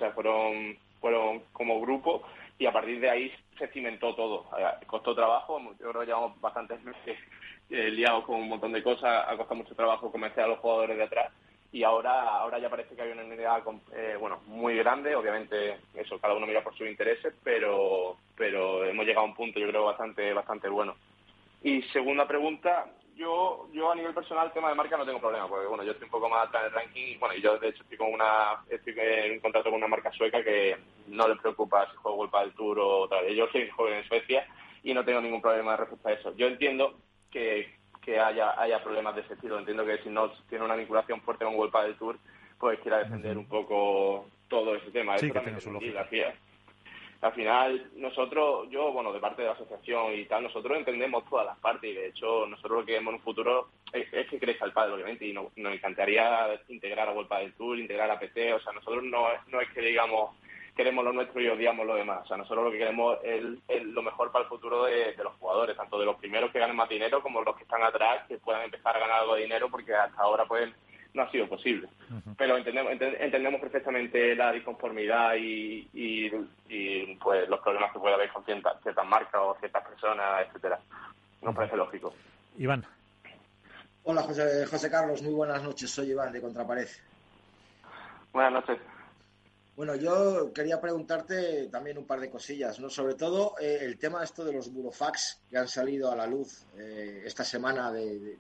fueron como grupo, y a partir de ahí se cimentó todo. Costó trabajo, yo creo que llevamos bastantes meses liados con un montón de cosas, ha costado mucho trabajo convencer a los jugadores de atrás, y ahora ya parece que hay una unidad muy grande. Obviamente eso, cada uno mira por sus intereses, pero hemos llegado a un punto, yo creo, bastante bueno. Y segunda pregunta, yo a nivel personal, el tema de marca no tengo problema, porque bueno, yo estoy un poco más atrás en el ranking, y yo de hecho estoy en un contrato con una marca sueca que no le preocupa si juego World del Tour o otra vez. Yo soy joven en Suecia y no tengo ningún problema respecto a eso. Yo entiendo que haya problemas de ese estilo, entiendo que si no tiene una vinculación fuerte con World del Tour, pues quiera defender un poco todo ese tema. Sí, eso que también tenga su es lógica. Al final, nosotros, de parte de la asociación y tal, nosotros entendemos todas las partes y de hecho nosotros lo que queremos en un futuro es que crezca el pádel, obviamente, y nos encantaría integrar a World del Tour, integrar a PT. O sea, nosotros no es que digamos queremos lo nuestro y odiamos lo demás. O sea, nosotros lo que queremos es lo mejor para el futuro de los jugadores, tanto de los primeros que ganen más dinero como los que están atrás, que puedan empezar a ganar algo de dinero, porque hasta ahora pues no ha sido posible. Uh-huh. Pero entendemos perfectamente la disconformidad y pues los problemas que puede haber con ciertas marcas o ciertas personas, etcétera. Nos parece lógico. Iván. Hola, José Carlos, muy buenas noches. Soy Iván de Contrapared. Buenas noches. Bueno, yo quería preguntarte también un par de cosillas, ¿no? Sobre todo el tema esto de los burofax que han salido a la luz esta semana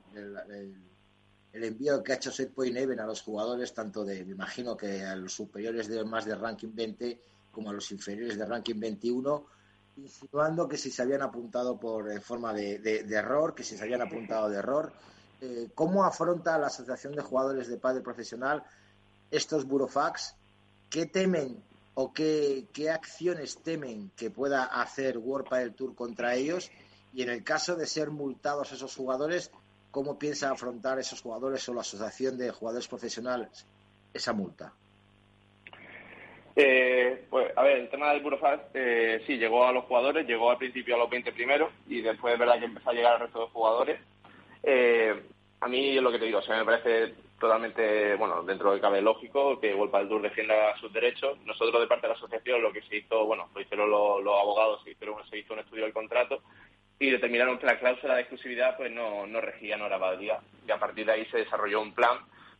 el envío que ha hecho Setpoint Even a los jugadores, tanto me imagino que a los superiores de más de ranking 20 como a los inferiores de ranking 21, insinuando que si se habían apuntado por forma de error, que si se habían apuntado de error. ¿Cómo afronta la Asociación de Jugadores de Pádel Profesional estos burofax? ¿Qué temen o qué acciones temen que pueda hacer World Padel Tour contra ellos? Y en el caso de ser multados esos jugadores, ¿cómo piensa afrontar esos jugadores o la Asociación de Jugadores Profesionales esa multa? Pues, a ver, el tema del burofax, sí, llegó a los jugadores, llegó al principio a los 20 primeros y después es verdad que empezó a llegar al resto de jugadores. A mí lo que te digo, o sea, me parece totalmente, bueno, dentro de lo que cabe lógico que World Padel Tour defienda sus derechos. Nosotros, de parte de la asociación, lo que se hizo, bueno, lo hicieron los abogados, se hizo un estudio del contrato y determinaron que la cláusula de exclusividad pues no regía, no era válida. Y a partir de ahí se desarrolló un plan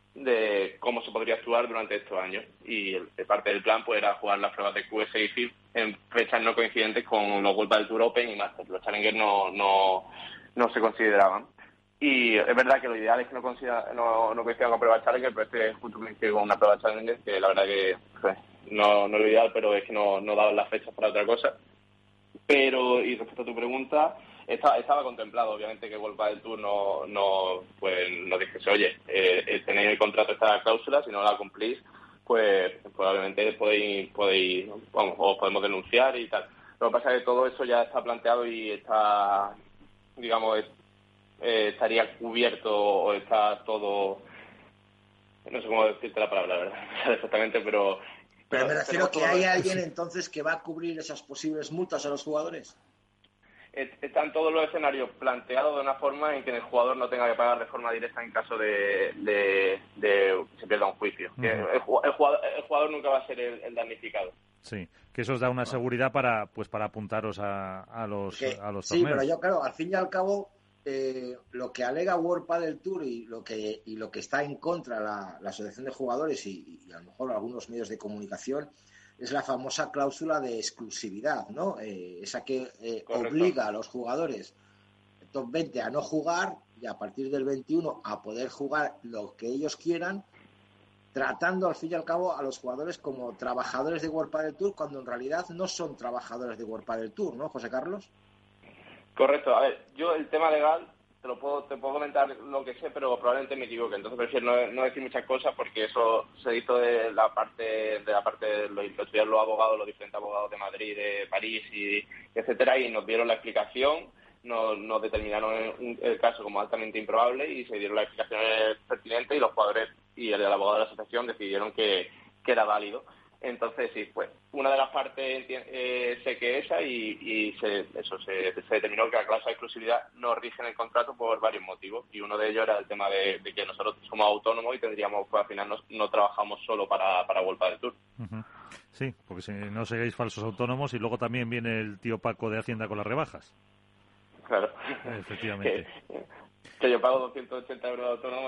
de cómo se podría actuar durante estos años. Y parte del plan pues era jugar las pruebas de QS y FIB en fechas no coincidentes con los World Padel Tour Open y Masters. Los Challengers no se consideraban. Y es verdad que lo ideal es que no coincidan con pruebas Challenger, pero este justo coincide con una prueba Challenger, que la verdad que pues, no es lo ideal, pero es que no daban las fechas para otra cosa. Pero, y respecto a tu pregunta, estaba contemplado, obviamente, que World Padel Tour nos dijese, oye, tenéis en el contrato esta cláusula, si no la cumplís, pues probablemente podéis vamos, os podemos denunciar y tal. Lo que pasa es que todo eso ya está planteado y está, digamos, estaría cubierto o está todo, no sé cómo decirte la palabra, ¿verdad? Exactamente, pero me refiero que hay alguien entonces que va a cubrir esas posibles multas a los jugadores. Están todos los escenarios planteados de una forma en que el jugador no tenga que pagar de forma directa en caso de que se pierda un juicio. Uh-huh. El jugador nunca va a ser el damnificado. Sí, que eso os da una seguridad para apuntaros a los torneos. Sí, pero yo creo, al fin y al cabo, lo que alega World Padel Tour y lo que está en contra la asociación de jugadores y a lo mejor algunos medios de comunicación es la famosa cláusula de exclusividad, ¿no? Esa que obliga a los jugadores top 20 a no jugar y a partir del 21 a poder jugar lo que ellos quieran, tratando al fin y al cabo a los jugadores como trabajadores de World Padel Tour cuando en realidad no son trabajadores de World Padel Tour, ¿no, José Carlos? Correcto. A ver, yo el tema legal te puedo comentar lo que sé, pero probablemente me equivoque. Entonces prefiero no decir muchas cosas porque eso se hizo de la parte de lo estudiaron los abogados, los diferentes abogados de Madrid, de París y etcétera, y nos dieron la explicación, nos determinaron el caso como altamente improbable y se dieron las explicaciones pertinentes y los jugadores y el abogado de la asociación decidieron que era válido. Entonces, sí, pues una de las partes sé que esa y se determinó que la cláusula de exclusividad no rige en el contrato por varios motivos y uno de ellos era el tema de que nosotros somos autónomos y tendríamos, pues al final no trabajamos solo para World Padel Tour. Uh-huh. Sí, porque si no seáis falsos autónomos y luego también viene el tío Paco de Hacienda con las rebajas. Claro. Efectivamente. Que yo pago 280 euros de autónomo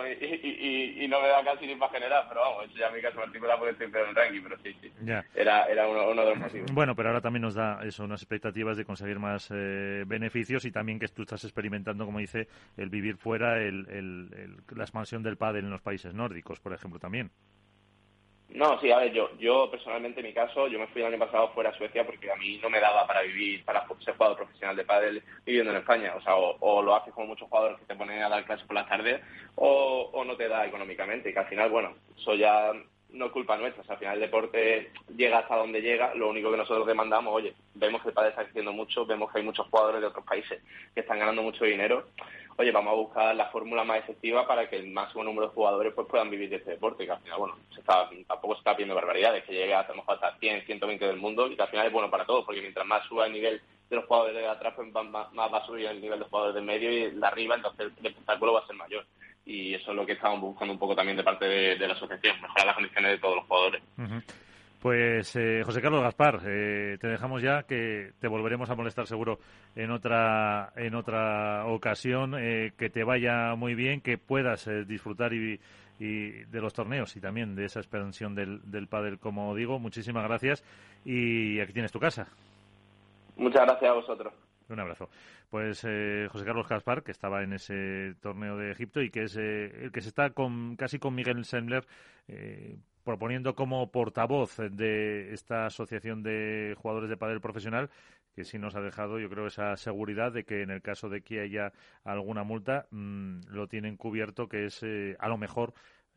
y no me da casi ni para generar, pero vamos, eso ya es mi caso particular porque estoy peor en ranking, pero sí. Ya. Era uno de los motivos. Bueno, pero ahora también nos da eso, unas expectativas de conseguir más beneficios y también que tú estás experimentando, como dice, el vivir fuera, la expansión del pádel en los países nórdicos, por ejemplo, también. No, sí, a ver, yo personalmente, en mi caso, yo me fui el año pasado fuera a Suecia porque a mí no me daba para ser jugador profesional de pádel viviendo en España. O sea, o lo haces como muchos jugadores que te ponen a dar clases por las tardes o no te da económicamente. Y que al final, bueno, eso ya no es culpa nuestra. O sea, al final el deporte llega hasta donde llega. Lo único que nosotros demandamos, oye, vemos que el pádel está creciendo mucho, vemos que hay muchos jugadores de otros países que están ganando mucho dinero. Oye, vamos a buscar la fórmula más efectiva para que el máximo número de jugadores pues puedan vivir de este deporte, que al final, bueno, tampoco se está pidiendo barbaridades, que llegue a lo mejor hasta 100, 120 del mundo y que al final es bueno para todos, porque mientras más suba el nivel de los jugadores de atrás, pues más va a subir el nivel de jugadores del medio y de arriba, entonces el espectáculo va a ser mayor. Y eso es lo que estamos buscando un poco también de parte de la asociación, mejorar las condiciones de todos los jugadores. Uh-huh. Pues José Carlos Gaspar, te dejamos ya, que te volveremos a molestar seguro en otra ocasión, que te vaya muy bien, que puedas disfrutar y de los torneos y también de esa expansión del pádel, como digo. Muchísimas gracias y aquí tienes tu casa. Muchas gracias a vosotros. Un abrazo. Pues José Carlos Gaspar, que estaba en ese torneo de Egipto y que es el que se está casi con Miguel Sendler proponiendo como portavoz de esta asociación de jugadores de pádel profesional, que sí nos ha dejado, yo creo, esa seguridad de que en el caso de que haya alguna multa lo tienen cubierto, que es a lo mejor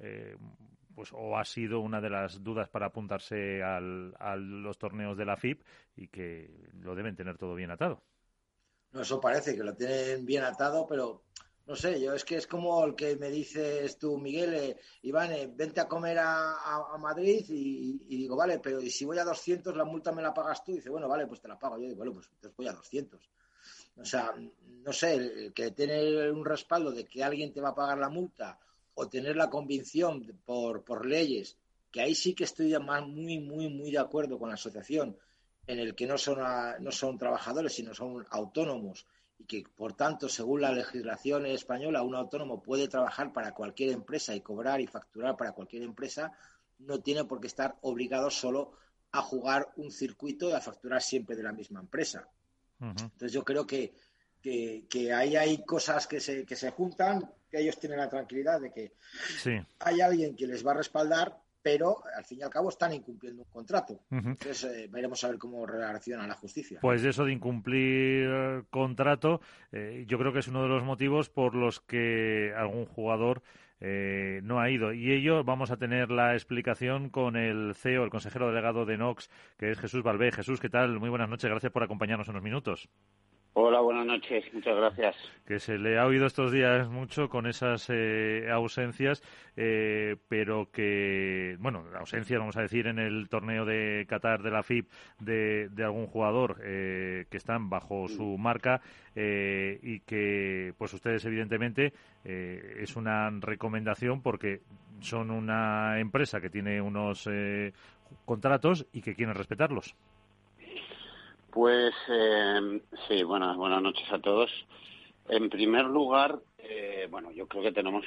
pues o ha sido una de las dudas para apuntarse a los torneos de la FIB y que lo deben tener todo bien atado. No, eso parece que lo tienen bien atado, pero no sé, yo es que es como el que me dices tú, Miguel, Iván, vente a comer a Madrid y digo, vale, pero ¿y si voy a 200 la multa me la pagas tú? Y dice, bueno, vale, pues te la pago. Yo digo, bueno, pues entonces voy a 200. O sea, no sé, el que tener un respaldo de que alguien te va a pagar la multa o tener la convicción por leyes, que ahí sí que estoy muy de acuerdo con la asociación, en el que no son trabajadores, sino son autónomos, y que, por tanto, según la legislación española, un autónomo puede trabajar para cualquier empresa y cobrar y facturar para cualquier empresa, no tiene por qué estar obligado solo a jugar un circuito y a facturar siempre de la misma empresa. Uh-huh. Entonces yo creo que ahí hay cosas que se juntan, que ellos tienen la tranquilidad de que hay alguien que les va a respaldar, pero al fin y al cabo están incumpliendo un contrato. Uh-huh. Entonces veremos a ver cómo reacciona la justicia. Pues eso de incumplir contrato, yo creo que es uno de los motivos por los que algún jugador no ha ido. Y ello vamos a tener la explicación con el CEO, el consejero delegado de Nox, que es Jesús Balbé. Jesús, ¿qué tal? Muy buenas noches, gracias por acompañarnos unos minutos. Hola, buenas noches, muchas gracias. Que se le ha oído estos días mucho con esas ausencias, pero que, bueno, ausencias, vamos a decir, en el torneo de Qatar de la FIP de algún jugador que están bajo su marca y que, pues ustedes, evidentemente, es una recomendación porque son una empresa que tiene unos contratos y que quieren respetarlos. Pues sí, buenas noches a todos. En primer lugar, bueno, yo creo que tenemos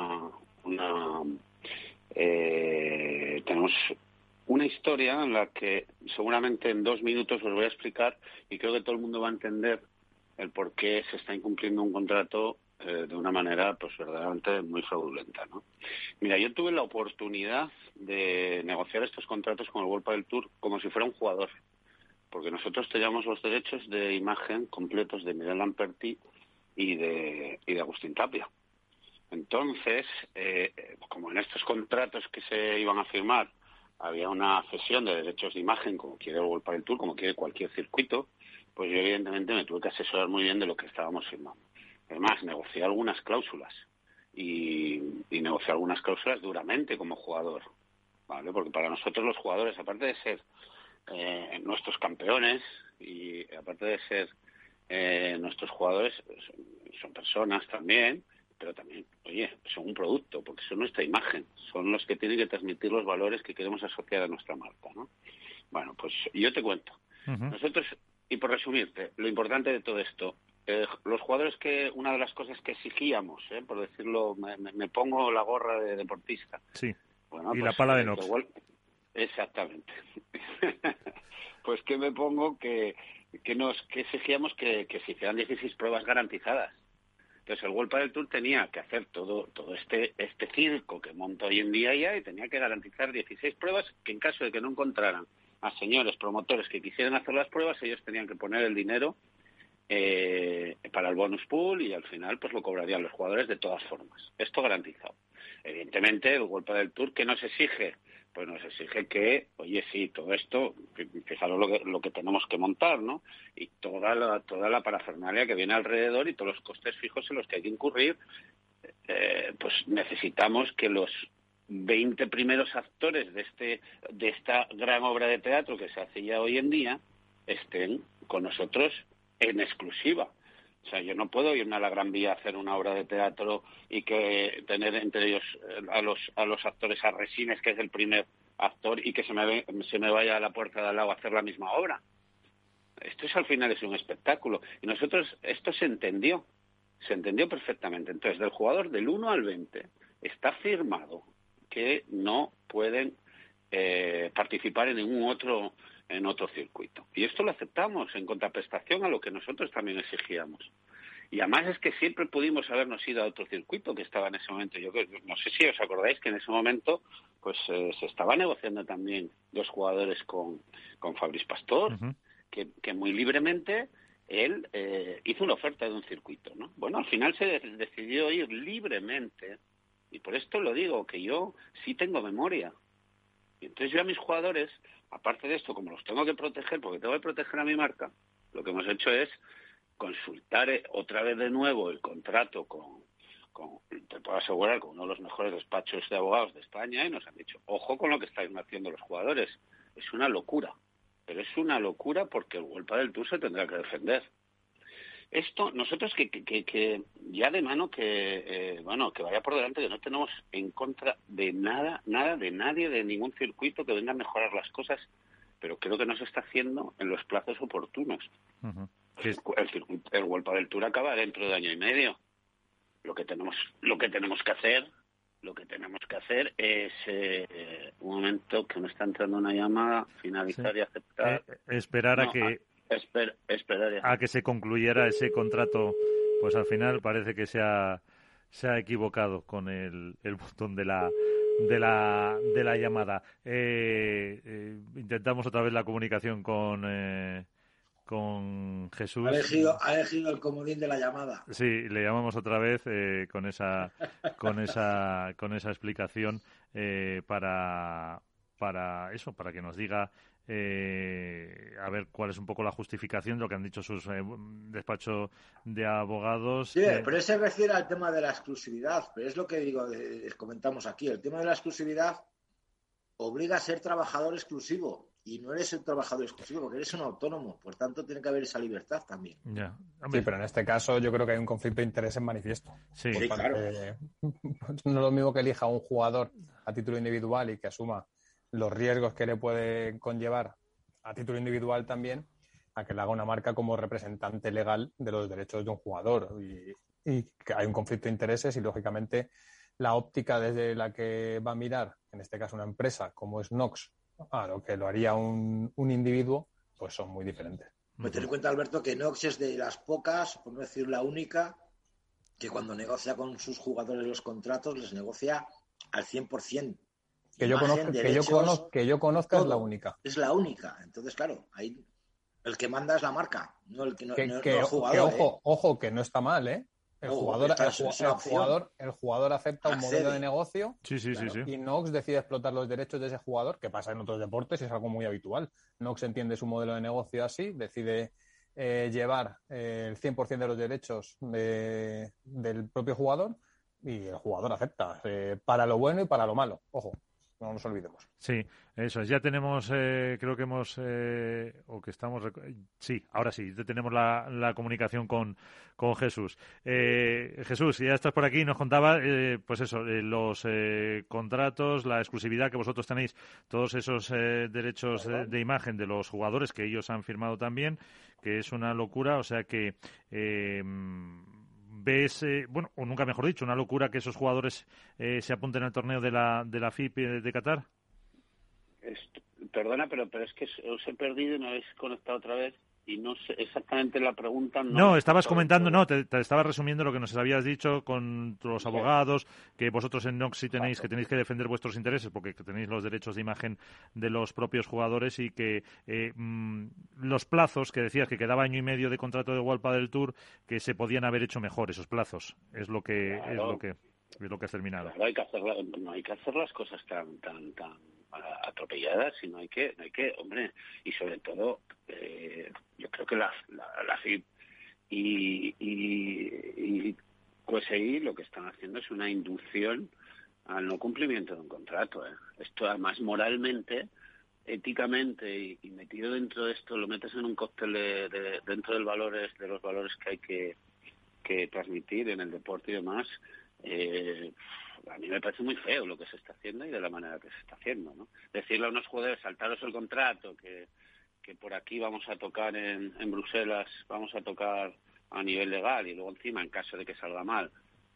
tenemos una historia en la que seguramente en 2 minutos os voy a explicar y creo que todo el mundo va a entender el por qué se está incumpliendo un contrato de una manera pues verdaderamente muy fraudulenta, ¿no? Mira, yo tuve la oportunidad de negociar estos contratos con el World Padel Tour como si fuera un jugador, porque nosotros teníamos los derechos de imagen completos de Miguel Lamperti y de Agustín Tapia. Entonces, como en estos contratos que se iban a firmar había una cesión de derechos de imagen, como quiere el World Padel Tour, como quiere cualquier circuito, pues yo evidentemente me tuve que asesorar muy bien de lo que estábamos firmando. Además, negocié algunas cláusulas y negocié algunas cláusulas duramente como jugador, ¿vale? Porque para nosotros los jugadores, aparte de ser nuestros campeones y aparte de ser nuestros jugadores, son personas también, pero también, oye, son un producto, porque son nuestra imagen, son los que tienen que transmitir los valores que queremos asociar a nuestra marca, ¿no? Bueno, pues yo te cuento. Uh-huh. Nosotros, y por resumirte, lo importante de todo esto, los jugadores, que una de las cosas que exigíamos, por decirlo, me pongo la gorra de deportista. Sí, bueno, y pues, la pala de Nox. Exactamente. Pues que me pongo que exigíamos que se hicieran 16 pruebas garantizadas. Entonces el World Padel Tour tenía que hacer todo este circo que monta hoy en día ya, y tenía que garantizar 16 pruebas que en caso de que no encontraran a señores promotores que quisieran hacer las pruebas, ellos tenían que poner el dinero para el bonus pool y al final pues lo cobrarían los jugadores de todas formas. Esto garantizado. Evidentemente el World Padel Tour, ¿qué nos exige? Pues nos exige que, oye, sí, todo esto, fijaros lo que tenemos que montar, ¿no? Y toda la parafernalia que viene alrededor y todos los costes fijos en los que hay que incurrir, pues necesitamos que los 20 primeros actores de esta gran obra de teatro que se hace ya hoy en día estén con nosotros en exclusiva. O sea, yo no puedo irme a la Gran Vía a hacer una obra de teatro y que tener entre ellos a los actores a Resines, que es el primer actor, y que se me vaya a la puerta de al lado a hacer la misma obra. Esto al final es un espectáculo. Y nosotros, esto se entendió perfectamente. Entonces, del jugador del 1 al 20 está firmado que no pueden participar en ningún otro circuito. Y esto lo aceptamos en contraprestación a lo que nosotros también exigíamos. Y además es que siempre pudimos habernos ido a otro circuito que estaba en ese momento. Yo no sé si os acordáis que en ese momento pues se estaba negociando también 2 jugadores con Fabrice Pastor, uh-huh, que muy libremente él hizo una oferta de un circuito, ¿no? Bueno, al final se decidió ir libremente, y por esto lo digo, que yo sí tengo memoria. Y entonces yo a mis jugadores, aparte de esto, como los tengo que proteger, porque tengo que proteger a mi marca, lo que hemos hecho es consultar otra vez de nuevo el contrato te puedo asegurar, con uno de los mejores despachos de abogados de España, y nos han dicho, ojo con lo que están haciendo los jugadores. Es una locura, pero es una locura porque el World Padel Tour se tendrá que defender. Esto, nosotros que ya de mano que vaya por delante, que no tenemos en contra de nada de nadie, de ningún circuito que venga a mejorar las cosas, pero creo que no se está haciendo en los plazos oportunos. Uh-huh. El Vuelta del Tour acaba dentro de año y medio. Lo que tenemos que hacer es un momento que me está entrando una llamada, finalizar y aceptar. Esperar a que a que se concluyera ese contrato. Pues al final parece que se ha equivocado con el botón de la llamada. Intentamos otra vez la comunicación con Jesús. Ha elegido el comodín de la llamada. Sí, le llamamos otra vez con esa explicación para que nos diga a ver cuál es un poco la justificación de lo que han dicho sus despachos de abogados. Sí, pero se refiere al tema de la exclusividad, pero es lo que comentamos aquí. El tema de la exclusividad obliga a ser trabajador exclusivo. Y no eres un trabajador exclusivo, porque eres un autónomo. Por tanto, tiene que haber esa libertad también. Ya. Sí, pero en este caso yo creo que hay un conflicto de interés en manifiesto. Sí, claro. No es lo mismo que elija un jugador a título individual y que asuma los riesgos que le puede conllevar a título individual también, a que le haga una marca como representante legal de los derechos de un jugador. Y que hay un conflicto de intereses y, lógicamente, la óptica desde la que va a mirar, en este caso una empresa como es Nox, a lo que lo haría un individuo, pues son muy diferentes. Pues ten en cuenta, Alberto, que Nox es de las pocas, por no decir la única, que cuando negocia con sus jugadores los contratos, les negocia al 100%. Que yo conozca es la única. Es la única. Entonces, claro, ahí el que manda es la marca, no el jugador. Ojo, que no está mal, ¿eh? El jugador acepta un modelo de negocio. Sí. Y Nox decide explotar los derechos de ese jugador, que pasa en otros deportes y es algo muy habitual. Nox entiende su modelo de negocio así, decide llevar el 100% de los derechos del propio jugador y el jugador acepta, para lo bueno y para lo malo. Ojo, no nos olvidemos. Sí, eso es. Ya tenemos, creo que hemos, o que estamos, sí, ahora sí, ya tenemos la comunicación con Jesús. Jesús, ya estás por aquí, nos contaba, pues eso, los contratos, la exclusividad que vosotros tenéis, todos esos derechos de imagen de los jugadores que ellos han firmado también, que es una locura, o sea que ves, o nunca mejor dicho, una locura que esos jugadores se apunten al torneo de la FIP de Qatar. Perdona, pero es que os he perdido y me habéis conectado otra vez y no sé exactamente la pregunta. No, estabas comentando, te estabas resumiendo lo que nos habías dicho con los abogados, que vosotros en Nox sí tenéis que defender vuestros intereses porque tenéis los derechos de imagen de los propios jugadores y que los plazos que decías que quedaba año y medio de contrato de World Padel Tour, que se podían haber hecho mejor esos plazos, es lo que has terminado. Claro, no hay que hacer las cosas tan atropelladas, sino hay que, hombre, y sobre todo yo creo que la FIP y QSI lo que están haciendo es una inducción al no cumplimiento de un contrato. Esto además moralmente, éticamente y metido dentro de esto, lo metes en un cóctel dentro de los valores que hay que transmitir en el deporte y demás. A mí me parece muy feo lo que se está haciendo y de la manera que se está haciendo, ¿no? Decirle a unos jugadores, saltaros el contrato, que por aquí vamos a tocar en Bruselas, vamos a tocar a nivel legal y luego encima, en caso de que salga mal,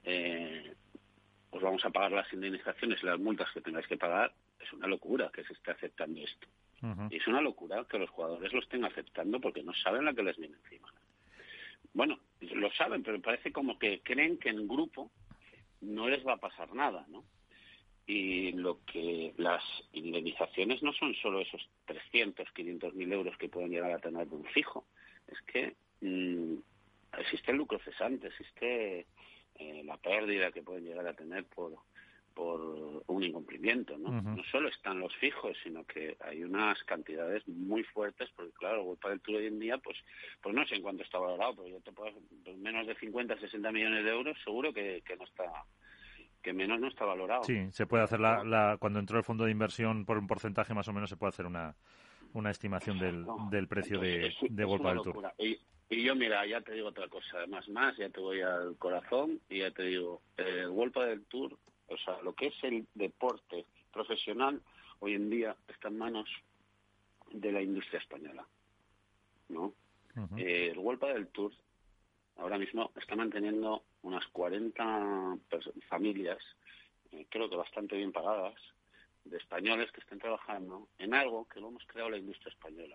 os vamos a pagar las indemnizaciones y las multas que tengáis que pagar, es una locura que se esté aceptando esto. Uh-huh. Y es una locura que los jugadores lo estén aceptando porque no saben la que les viene encima. Bueno, lo saben, pero parece como que creen que en grupo no les va a pasar nada, ¿no? Y las indemnizaciones no son solo esos 300, 500.000 euros que pueden llegar a tener de un fijo. Es que existe el lucro cesante, existe la pérdida que pueden llegar a tener por un incumplimiento, ¿no? Uh-huh. No solo están los fijos, sino que hay unas cantidades muy fuertes, porque claro, el World Padel Tour hoy en día, pues no sé en cuánto está valorado, pero yo te puedo, menos de 50, 60 millones de euros, seguro que no está, que menos no está valorado. Sí, se puede hacer cuando entró el fondo de inversión por un porcentaje más o menos se puede hacer una una estimación del precio de Vuelta del Tour. Y yo, mira, ya te digo otra cosa, además ya te voy al corazón y ya te digo, el Vuelta del Tour, o sea, lo que es el deporte profesional, hoy en día está en manos de la industria española, ¿no? Uh-huh. El Vuelta del Tour ahora mismo está manteniendo unas 40 familias, creo que bastante bien pagadas, de españoles que están trabajando en algo que lo hemos creado la industria española.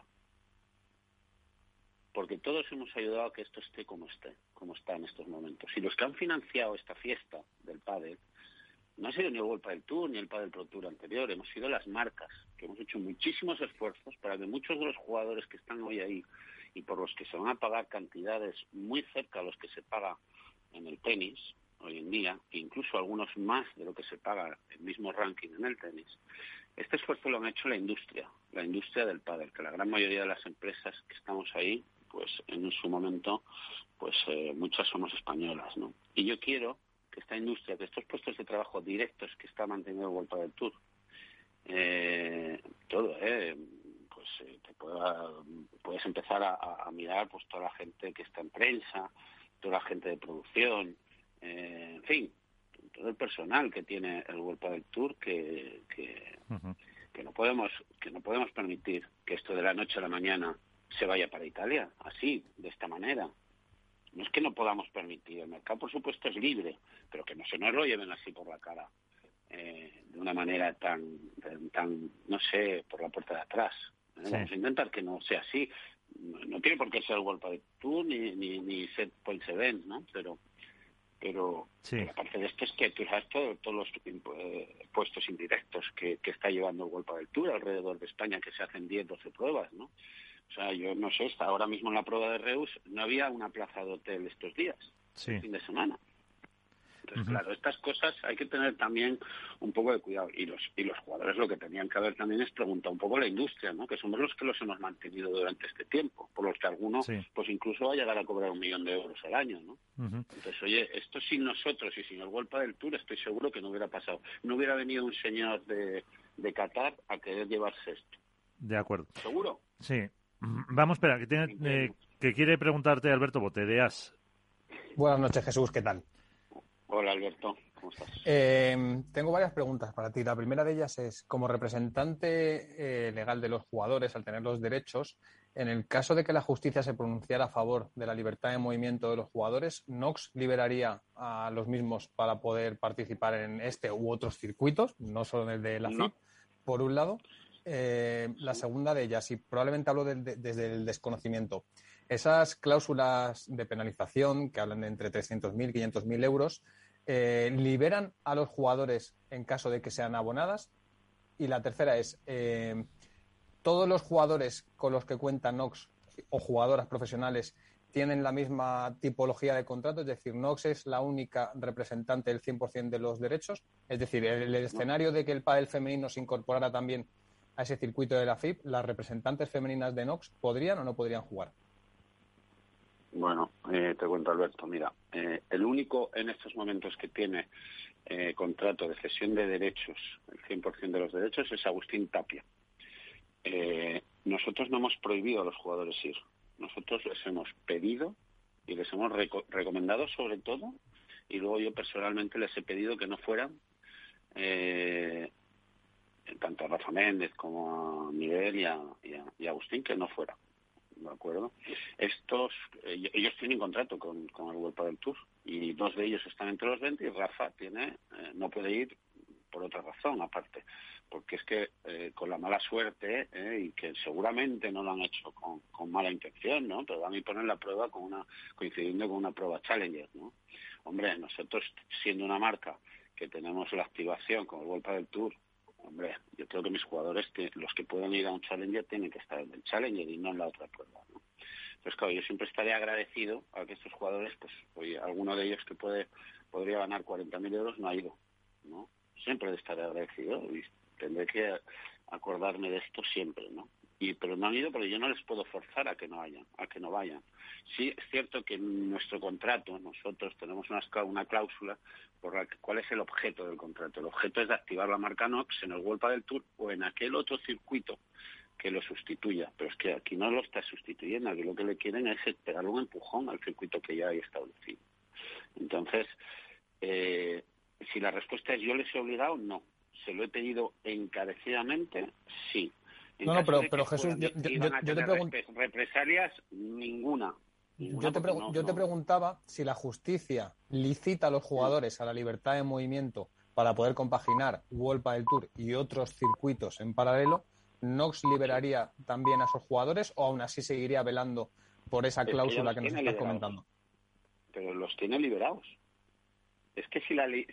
Porque todos hemos ayudado a que esto esté como está en estos momentos. Y los que han financiado esta fiesta del pádel no ha sido ni el Vuelta del Tour ni el Padel Pro Tour anterior, hemos sido las marcas, que hemos hecho muchísimos esfuerzos para que muchos de los jugadores que están hoy ahí y por los que se van a pagar cantidades muy cerca a los que se paga en el tenis hoy en día, e incluso algunos más de lo que se paga el mismo ranking en el tenis, este esfuerzo lo han hecho la industria del pádel, que la gran mayoría de las empresas que estamos ahí, pues en su momento, pues muchas somos españolas, ¿no? Y yo quiero que esta industria, que estos puestos de trabajo directos que está manteniendo el Vuelta del Tour, puedes empezar a mirar pues toda la gente que está en prensa, toda la gente de producción, en fin, todo el personal que tiene el Vuelta del Tour que no podemos permitir que esto de la noche a la mañana se vaya para Italia, así, de esta manera. No es que no podamos permitir, el mercado por supuesto es libre, pero que no se nos lo lleven así por la cara, de una manera tan, no sé, por la puerta de atrás. Sí. Vamos a intentar que no sea así. No tiene por qué ser el Vuelta del Tour ni Set Points Event, ¿no? Pero sí. Aparte de esto es que quizás todos los puestos indirectos que está llevando el Vuelta del Tour alrededor de España, que se hacen 10, 12 pruebas, ¿no? O sea, yo no sé, ahora mismo en la prueba de Reus no había una plaza de hotel estos días, el fin de semana. Entonces, claro, estas cosas hay que tener también un poco de cuidado. Y los jugadores lo que tenían que haber también es preguntar un poco a la industria, ¿no? Que somos los que los hemos mantenido durante este tiempo, por los que alguno pues incluso va a llegar a cobrar 1 millón de euros al año, ¿no? Entonces, oye, esto sin nosotros y sin el Vuelta del Tour estoy seguro que no hubiera pasado. No hubiera venido un señor de Qatar a querer llevarse esto. De acuerdo. ¿Seguro? Sí. Vamos, espera, que quiere preguntarte Alberto Bote, de AS. Buenas noches, Jesús, ¿qué tal? Hola, Alberto, ¿cómo estás? Tengo varias preguntas para ti. La primera de ellas es, como representante legal de los jugadores, al tener los derechos, en el caso de que la justicia se pronunciara a favor de la libertad de movimiento de los jugadores, ¿Nox liberaría a los mismos para poder participar en este u otros circuitos, no solo en el de la FIP, por un lado? La segunda de ellas, y probablemente hablo desde el desconocimiento, esas cláusulas de penalización que hablan de entre 300.000 y 500.000 euros, ¿liberan a los jugadores en caso de que sean abonadas? Y la tercera es, ¿todos los jugadores con los que cuenta Nox o jugadoras profesionales tienen la misma tipología de contrato? Es decir, ¿Nox es la única representante del 100% de los derechos? Es decir, el escenario de que el pádel femenino se incorporara también a ese circuito de la FIP, ¿las representantes femeninas de Nox podrían o no podrían jugar? Bueno, te cuento, Alberto, mira, el único en estos momentos que tiene contrato de cesión de derechos, el 100% de los derechos, es Agustín Tapia. Nosotros no hemos prohibido a los jugadores ir. Nosotros les hemos pedido y les hemos recomendado sobre todo, y luego yo personalmente les he pedido que no fueran, tanto a Rafa Méndez como a Miguel y a Agustín, que no fueran. ¿De acuerdo? Ellos tienen contrato con el Vuelta del Tour y 2 de ellos están entre los 20 y Rafa no puede ir por otra razón aparte, porque es que con la mala suerte y que seguramente no lo han hecho con mala intención, ¿no? Pero van a poner la prueba coincidiendo con una prueba Challenger, ¿no? Hombre, nosotros siendo una marca que tenemos la activación con el Vuelta del Tour, hombre, yo creo que mis jugadores, los que puedan ir a un Challenger, tienen que estar en el Challenger y no en la otra prueba, ¿no? Entonces, claro, yo siempre estaré agradecido a que estos jugadores, pues, oye, alguno de ellos que podría ganar 40.000 euros no ha ido, ¿no? Siempre estaré agradecido y tendré que acordarme de esto siempre, ¿no? Pero no han ido porque yo no les puedo forzar a que no vayan. Sí, es cierto que en nuestro contrato nosotros tenemos una cláusula por la cuál es el objeto del contrato. El objeto es de activar la marca Nox en el Vuelta del Tour o en aquel otro circuito que lo sustituya, pero es que aquí no lo está sustituyendo, aquí lo que le quieren es pegarle un empujón al circuito que ya hay establecido. Entonces, si la respuesta es yo les he obligado, no. Se lo he pedido encarecidamente, sí. Pero Jesús, yo te pregunto... Represalias, ninguna. Yo te preguntaba si la justicia licita a los jugadores a la libertad de movimiento para poder compaginar World Padel Tour y otros circuitos en paralelo, ¿Nox liberaría también a esos jugadores o aún así seguiría velando por esa cláusula que nos estás comentando? Pero los tiene liberados. Es que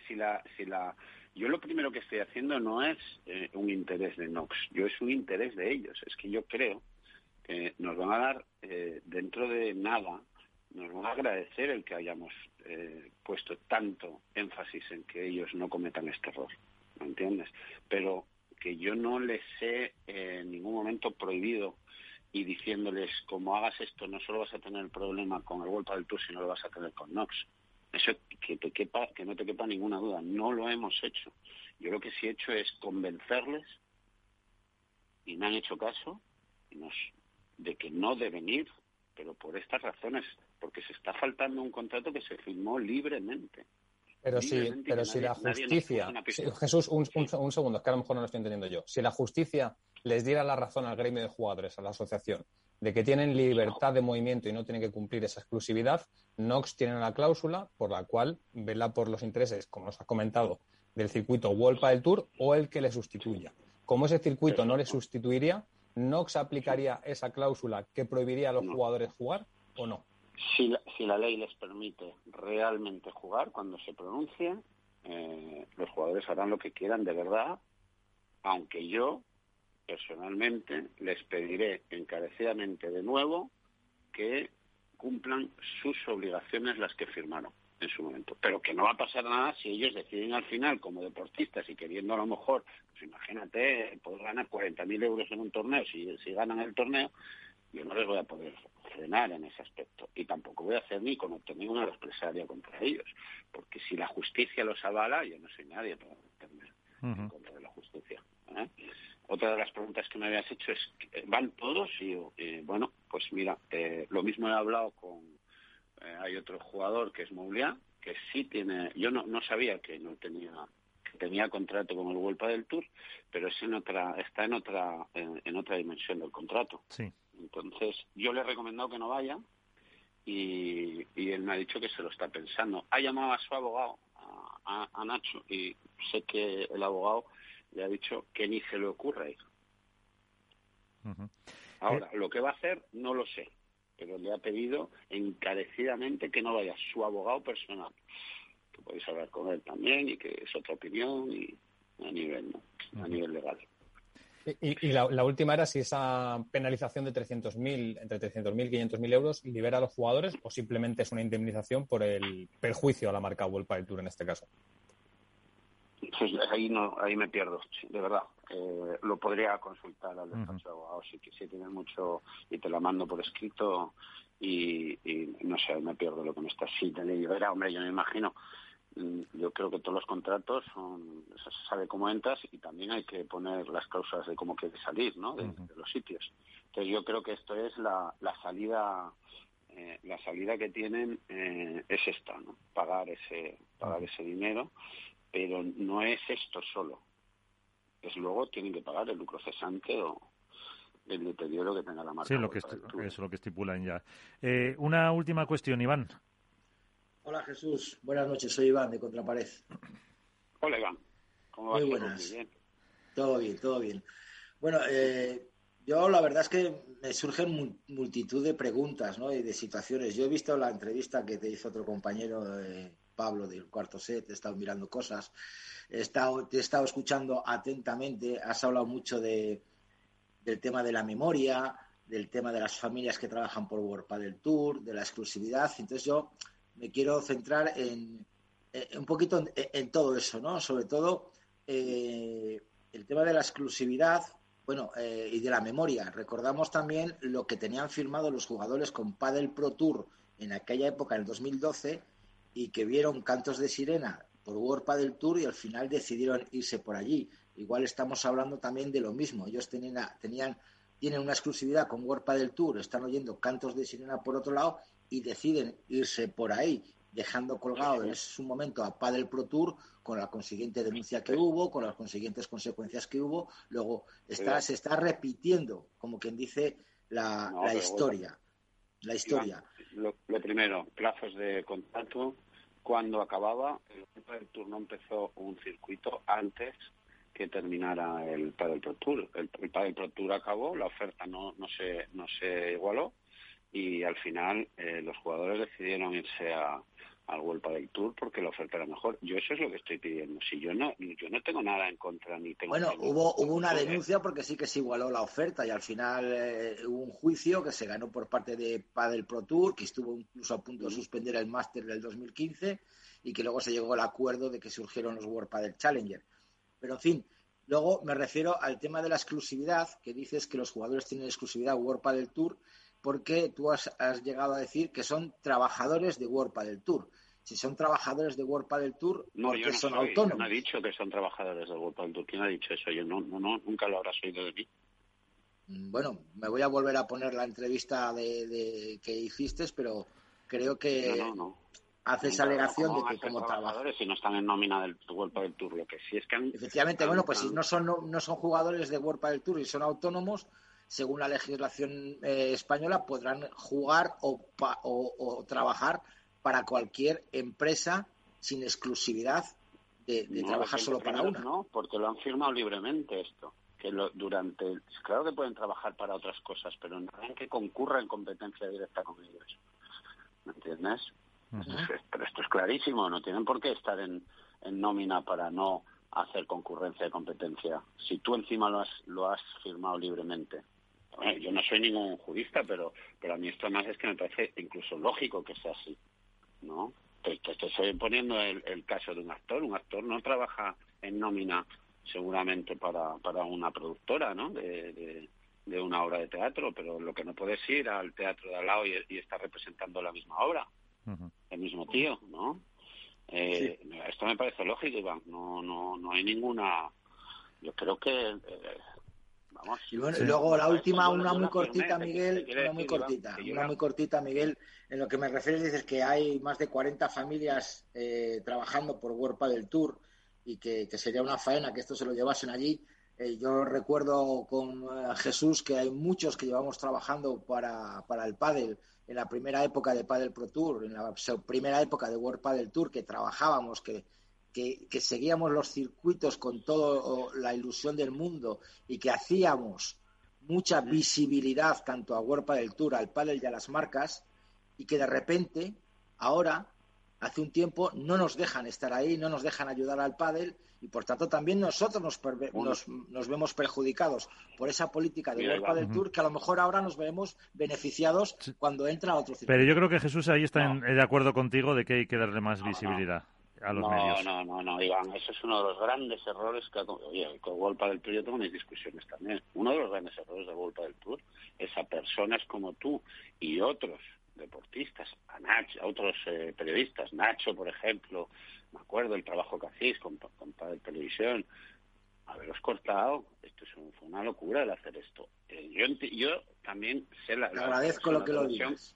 yo lo primero que estoy haciendo no es un interés de Nox, es un interés de ellos. Es que yo creo que nos van a dar, dentro de nada, nos van a agradecer el que hayamos puesto tanto énfasis en que ellos no cometan este error, ¿me entiendes? Pero que yo no les he en ningún momento prohibido y diciéndoles, como hagas esto, no solo vas a tener el problema con el World Padel Tour, sino lo vas a tener con Nox. Eso que no te quepa ninguna duda, no lo hemos hecho. Yo lo que sí he hecho es convencerles, y me han hecho caso, de que no deben ir, pero por estas razones, porque se está faltando un contrato que se firmó libremente. Pero si la justicia... Jesús, un segundo, es que a lo mejor no lo estoy entendiendo yo. Si la justicia les diera la razón al gremio de jugadores, a la asociación, de que tienen libertad de movimiento y no tienen que cumplir esa exclusividad, Nox tiene una cláusula por la cual vela por los intereses, como nos has comentado, del circuito World Padel Tour o el que le sustituya. Como ese circuito no le sustituiría, ¿Nox aplicaría esa cláusula que prohibiría a los jugadores jugar o no? Si la ley les permite realmente jugar, cuando se pronuncie, los jugadores harán lo que quieran de verdad, aunque yo personalmente les pediré encarecidamente de nuevo que cumplan sus obligaciones, las que firmaron en su momento. Pero que no va a pasar nada si ellos deciden al final, como deportistas, y queriendo a lo mejor, pues imagínate, poder ganar 40.000 euros en un torneo, si ganan el torneo, yo no les voy a poder frenar en ese aspecto. Y tampoco voy a hacer ni cometer ninguna represalia contra ellos. Porque si la justicia los avala, yo no soy nadie para meterme en contra de la justicia. Otra de las preguntas que me habías hecho es, ¿van todos? Y bueno, pues mira, lo mismo he hablado con... hay otro jugador que es Mouliá, que sí tiene... Yo no sabía que tenía contrato con el World Padel Tour, pero está en otra dimensión del contrato. Sí. Entonces, yo le he recomendado que no vaya y él me ha dicho que se lo está pensando. Ha llamado a su abogado, a Nacho, y sé que el abogado le ha dicho que ni se le ocurra ir. Ahora, lo que va a hacer no lo sé, pero le ha pedido encarecidamente que no vaya su abogado personal, que podéis hablar con él también y que es otra opinión y a nivel legal. Y la última era si esa penalización de entre 300.000 y 500.000 euros libera a los jugadores o simplemente es una indemnización por el perjuicio a la marca World Padel Tour en este caso. Pues ahí me pierdo, de verdad. Lo podría consultar al despacho de abogados si tienes mucho y te la mando por escrito y no sé, me pierdo lo que me estás citando. Hombre, yo me imagino, yo creo que todos los contratos se sabe cómo entras y también hay que poner las cláusulas de cómo quieres salir, ¿no? De los sitios. Entonces yo creo que esto es la salida que tienen es esta, ¿no? Pagar ese dinero. Pero no es esto solo. Es luego tienen que pagar el lucro cesante o el deterioro que tenga la marca. Sí, eso es lo que estipulan ya. Una última cuestión, Iván. Hola, Jesús. Buenas noches. Soy Iván, de Contrapared. Hola, Iván. ¿Cómo vas? Muy buenas. Muy bien. Todo bien. Bueno, yo la verdad es que me surgen multitud de preguntas, ¿no? Y de situaciones. Yo he visto la entrevista que te hizo otro compañero, Pablo, del Cuarto Set, he estado mirando cosas, te he estado escuchando atentamente, has hablado mucho del tema de la memoria, del tema de las familias que trabajan por World Padel Tour, de la exclusividad. Entonces yo me quiero centrar un poquito en todo eso, ¿no? Sobre todo el tema de la exclusividad, y de la memoria. Recordamos también lo que tenían firmado los jugadores con Padel Pro Tour en aquella época, en el 2012, y que vieron cantos de sirena por World Padel Tour y al final decidieron irse por allí. Igual estamos hablando también de lo mismo. Ellos tenían tienen una exclusividad con World Padel Tour, están oyendo cantos de sirena por otro lado y deciden irse por ahí, dejando colgado en su momento a Padel Pro Tour, con la consiguiente denuncia que hubo, con las consiguientes consecuencias que hubo. Luego se está repitiendo, como quien dice, la historia. La historia. Iván, lo primero, plazos de contrato. Cuando acababa, el Padel Tour no empezó un circuito antes que terminara el Padel Pro Tour. El Padel Pro Tour acabó, la oferta no se igualó y al final los jugadores decidieron irse al World Padel Tour porque la oferta era mejor. Yo eso es lo que estoy pidiendo. Si yo no tengo nada en contra ni tengo. Bueno, hubo una denuncia porque sí que se igualó la oferta y al final hubo un juicio que se ganó por parte de Padel Pro Tour, que estuvo incluso a punto de suspender el máster del 2015 y que luego se llegó al acuerdo de que surgieron los World Padel Challenger. Pero en fin, luego me refiero al tema de la exclusividad, que dices que los jugadores tienen exclusividad World Padel Tour porque tú has llegado a decir que son trabajadores de World Padel Tour. Si son trabajadores de World Padel Tour, no, yo no son soy, autónomos. Yo no he dicho que son trabajadores de World Padel Tour. ¿Quién ha dicho eso? Yo no, nunca lo habrás oído de mí. Bueno, me voy a volver a poner la entrevista que hiciste, pero creo que haces alegación de que como trabajadores, si no están en nómina del World Padel Tour, lo que sí es que efectivamente, bueno, pues si no son jugadores de World Padel Tour y son autónomos, según la legislación española, podrán jugar o trabajar para cualquier empresa sin exclusividad de trabajar solo para una. No, porque lo han firmado libremente esto. Claro que pueden trabajar para otras cosas, pero no en que concurra en competencia directa con ellos. ¿Me entiendes? Pero esto es clarísimo, no tienen por qué estar en nómina para no hacer concurrencia de competencia. Si tú encima lo has firmado libremente. Bueno, yo no soy ningún jurista, pero a mí esto más es que me parece incluso lógico que sea así, ¿no? Te estoy poniendo el caso de un actor. Un actor no trabaja en nómina seguramente para una productora, ¿no? De una obra de teatro, pero lo que no puedes ir al teatro de al lado y estar representando la misma obra, el mismo tío, ¿no? Sí. Esto me parece lógico, Iván. No hay ninguna. Yo creo que vamos. Y bueno, sí. Luego la última, una muy cortita, Miguel, una muy cortita, Miguel. En lo que me refieres dices que hay más de 40 familias trabajando por World Padel Tour y que sería una faena que esto se lo llevasen allí. Yo recuerdo con Jesús que hay muchos que llevamos trabajando para el pádel en la primera época de Padel Pro Tour, en la primera época de World Padel Tour, que trabajábamos, que seguíamos los circuitos con toda la ilusión del mundo y que hacíamos mucha visibilidad tanto a World Padel Tour, al pádel y a las marcas, y que de repente, ahora, hace un tiempo, no nos dejan estar ahí, no nos dejan ayudar al pádel y por tanto también nosotros nos vemos perjudicados por esa política de World Padel Tour, que a lo mejor ahora nos veremos beneficiados cuando entra otro circuito. Pero yo creo que Jesús ahí está de acuerdo contigo de que hay que darle más visibilidad a los medios. No, Iván, eso es uno de los grandes errores que con World Padel Tour yo tengo mis discusiones también. Uno de los grandes errores de World Padel Tour es a personas como tú y otros deportistas, a otros periodistas, Nacho, por ejemplo, me acuerdo el trabajo que hacéis con Padel Televisión, haberos cortado, esto fue una locura el hacer esto. Yo también sé Te agradezco lo que lo digas.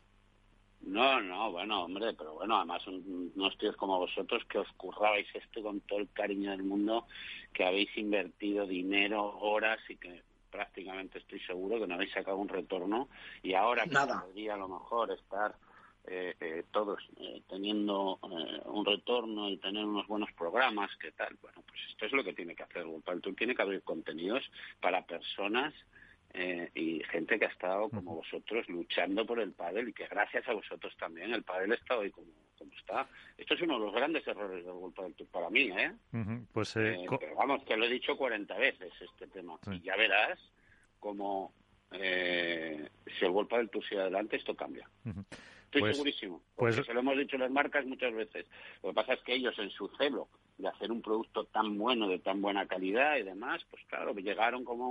No, bueno, hombre, pero bueno, además unos tíos como vosotros que os currabais esto con todo el cariño del mundo, que habéis invertido dinero, horas y que prácticamente estoy seguro que no habéis sacado un retorno y ahora que podría a lo mejor estar todos teniendo un retorno y tener unos buenos programas, ¿qué tal? Bueno, pues esto es lo que tiene que hacer World Padel Tour. Tiene que abrir contenidos para personas y gente que ha estado como vosotros luchando por el pádel y que gracias a vosotros también el pádel está hoy como está. Esto es uno de los grandes errores del World Padel Tour para mí, ¿eh? Pues, pero vamos, que lo he dicho 40 veces este tema. Sí. Y ya verás como si el World Padel Tour sigue adelante, esto cambia. Estoy segurísimo. Porque se lo hemos dicho las marcas muchas veces. Lo que pasa es que ellos en su celo de hacer un producto tan bueno, de tan buena calidad y demás, pues claro, llegaron como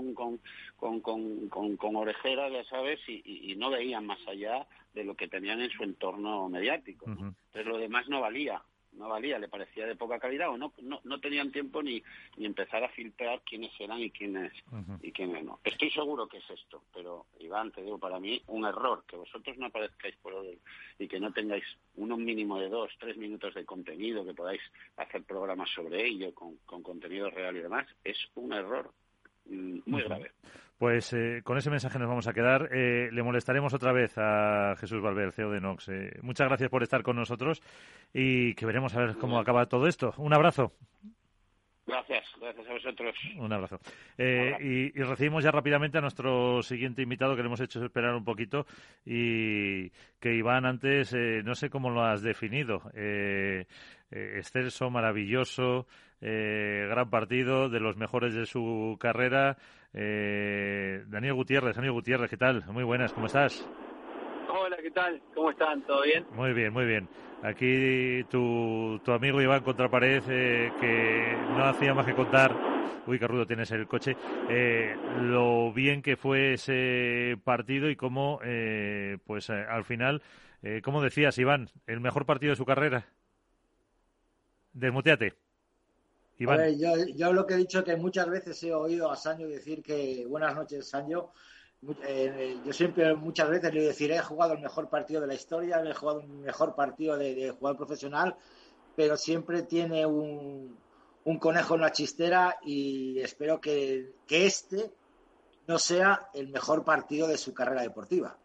con orejeras, ya sabes, y no veían más allá de lo que tenían en su entorno mediático, ¿no? Entonces lo demás no valía, no valía, le parecía de poca calidad o no tenían tiempo ni empezar a filtrar quiénes eran y quiénes no. Estoy seguro que es esto, pero Iván, te digo, para mí un error que vosotros no aparezcáis por hoy y que no tengáis un mínimo de 2-3 minutos de contenido, que podáis hacer programas sobre ello con contenido real y demás, es un error muy grave. Pues con ese mensaje nos vamos a quedar. Le molestaremos otra vez a Jesús Valver, CEO de Nox. Muchas gracias por estar con nosotros y que veremos a ver cómo acaba todo esto. Un abrazo. Gracias a vosotros. Un abrazo. Y recibimos ya rápidamente a nuestro siguiente invitado, que le hemos hecho esperar un poquito, y que Iván antes, no sé cómo lo has definido, excelso, maravilloso, gran partido, de los mejores de su carrera. Daniel Gutiérrez, ¿qué tal? Muy buenas, ¿cómo estás? Hola, ¿qué tal? ¿Cómo están? ¿Todo bien? Muy bien, muy bien. Aquí tu amigo Iván Contrapared, que no hacía más que contar, uy, qué ruido tienes el coche, lo bien que fue ese partido y cómo, al final, ¿cómo decías, Iván, el mejor partido de su carrera? Desmuteate. Iván. A ver, yo lo que he dicho, que muchas veces he oído a Sancho decir que, buenas noches, Sancho. Yo siempre, muchas veces le decir, he jugado el mejor partido de la historia, he jugado el mejor partido de jugador profesional, pero siempre tiene un conejo en la chistera, y espero que este no sea el mejor partido de su carrera deportiva.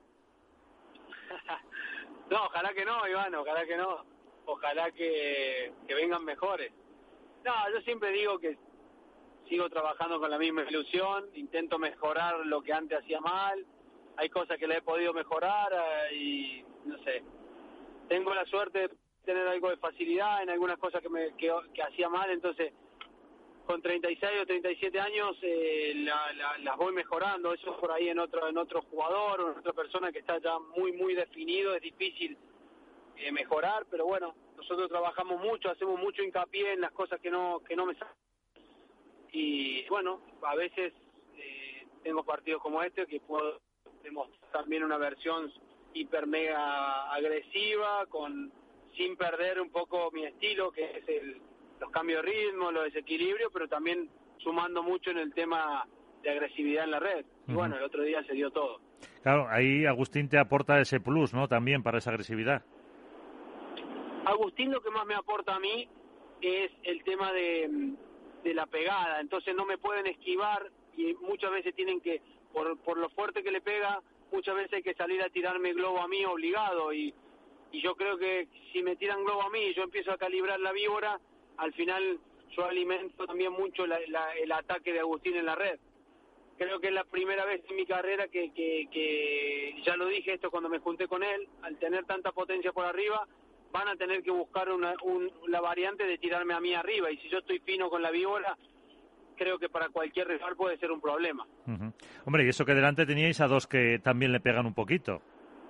No, ojalá que no, Iván, ojalá que no. Ojalá que vengan mejores. No, yo siempre digo que sigo trabajando con la misma ilusión, intento mejorar lo que antes hacía mal, hay cosas que le he podido mejorar y no sé, tengo la suerte de tener algo de facilidad en algunas cosas que hacía mal, entonces con 36 o 37 años las voy mejorando. Eso por ahí en otro jugador o en otra persona que está ya muy muy definido, es difícil mejorar, pero bueno, nosotros trabajamos mucho, hacemos mucho hincapié en las cosas que no me salen. Y bueno, a veces tengo partidos como este que puedo demostrar también una versión hiper mega agresiva, sin perder un poco mi estilo, que es los cambios de ritmo, los desequilibrios, pero también sumando mucho en el tema de agresividad en la red. Y bueno, el otro día se dio todo. Claro, ahí Agustín te aporta ese plus, ¿no? También para esa agresividad. Agustín lo que más me aporta a mí es el tema de la pegada, entonces no me pueden esquivar y muchas veces tienen que, por lo fuerte que le pega, muchas veces hay que salir a tirarme globo a mí obligado, y yo creo que si me tiran globo a mí y yo empiezo a calibrar la víbora, al final yo alimento también mucho el ataque de Agustín en la red. Creo que es la primera vez en mi carrera que ya lo dije esto cuando me junté con él, al tener tanta potencia por arriba, van a tener que buscar la variante de tirarme a mí arriba, y si yo estoy fino con la víbora, creo que para cualquier rival puede ser un problema. Hombre, y eso que delante teníais a dos que también le pegan un poquito.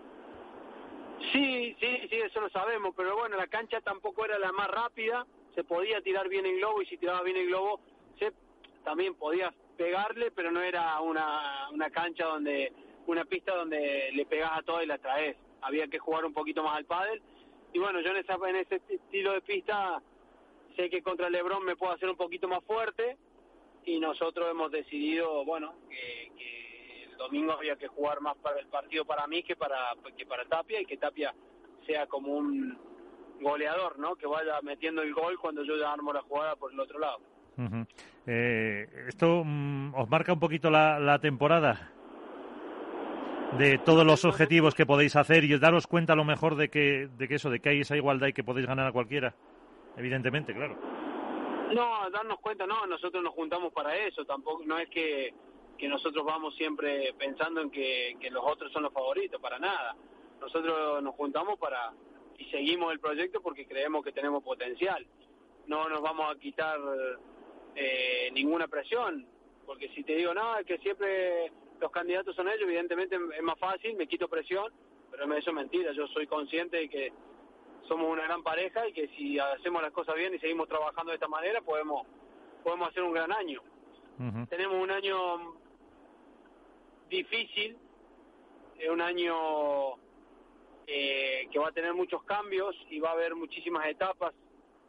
Sí, eso lo sabemos, pero bueno, la cancha tampoco era la más rápida, se podía tirar bien el globo, y si tiraba bien el globo, también podía pegarle, pero no era una cancha una pista donde le pegás a todo y la traes. Había que jugar un poquito más al pádel. Y bueno, yo en ese estilo de pista sé que contra LeBron me puedo hacer un poquito más fuerte, y nosotros hemos decidido, bueno, que el domingo había que jugar más para el partido para mí que para Tapia, y que Tapia sea como un goleador, ¿no? Que vaya metiendo el gol cuando yo ya armo la jugada por el otro lado. ¿Esto os marca un poquito la temporada? De todos los objetivos que podéis hacer, y daros cuenta a lo mejor de que hay esa igualdad y que podéis ganar a cualquiera, evidentemente, claro. No, darnos cuenta, no, nosotros nos juntamos para eso, tampoco, no es que nosotros vamos siempre pensando en que los otros son los favoritos, para nada. Nosotros nos juntamos y seguimos el proyecto porque creemos que tenemos potencial. No nos vamos a quitar ninguna presión, porque si te digo, no, es que siempre los candidatos son ellos, evidentemente es más fácil, me quito presión, pero eso es mentira. Yo soy consciente de que somos una gran pareja y que si hacemos las cosas bien y seguimos trabajando de esta manera, podemos hacer un gran año. Tenemos un año difícil, un año que va a tener muchos cambios y va a haber muchísimas etapas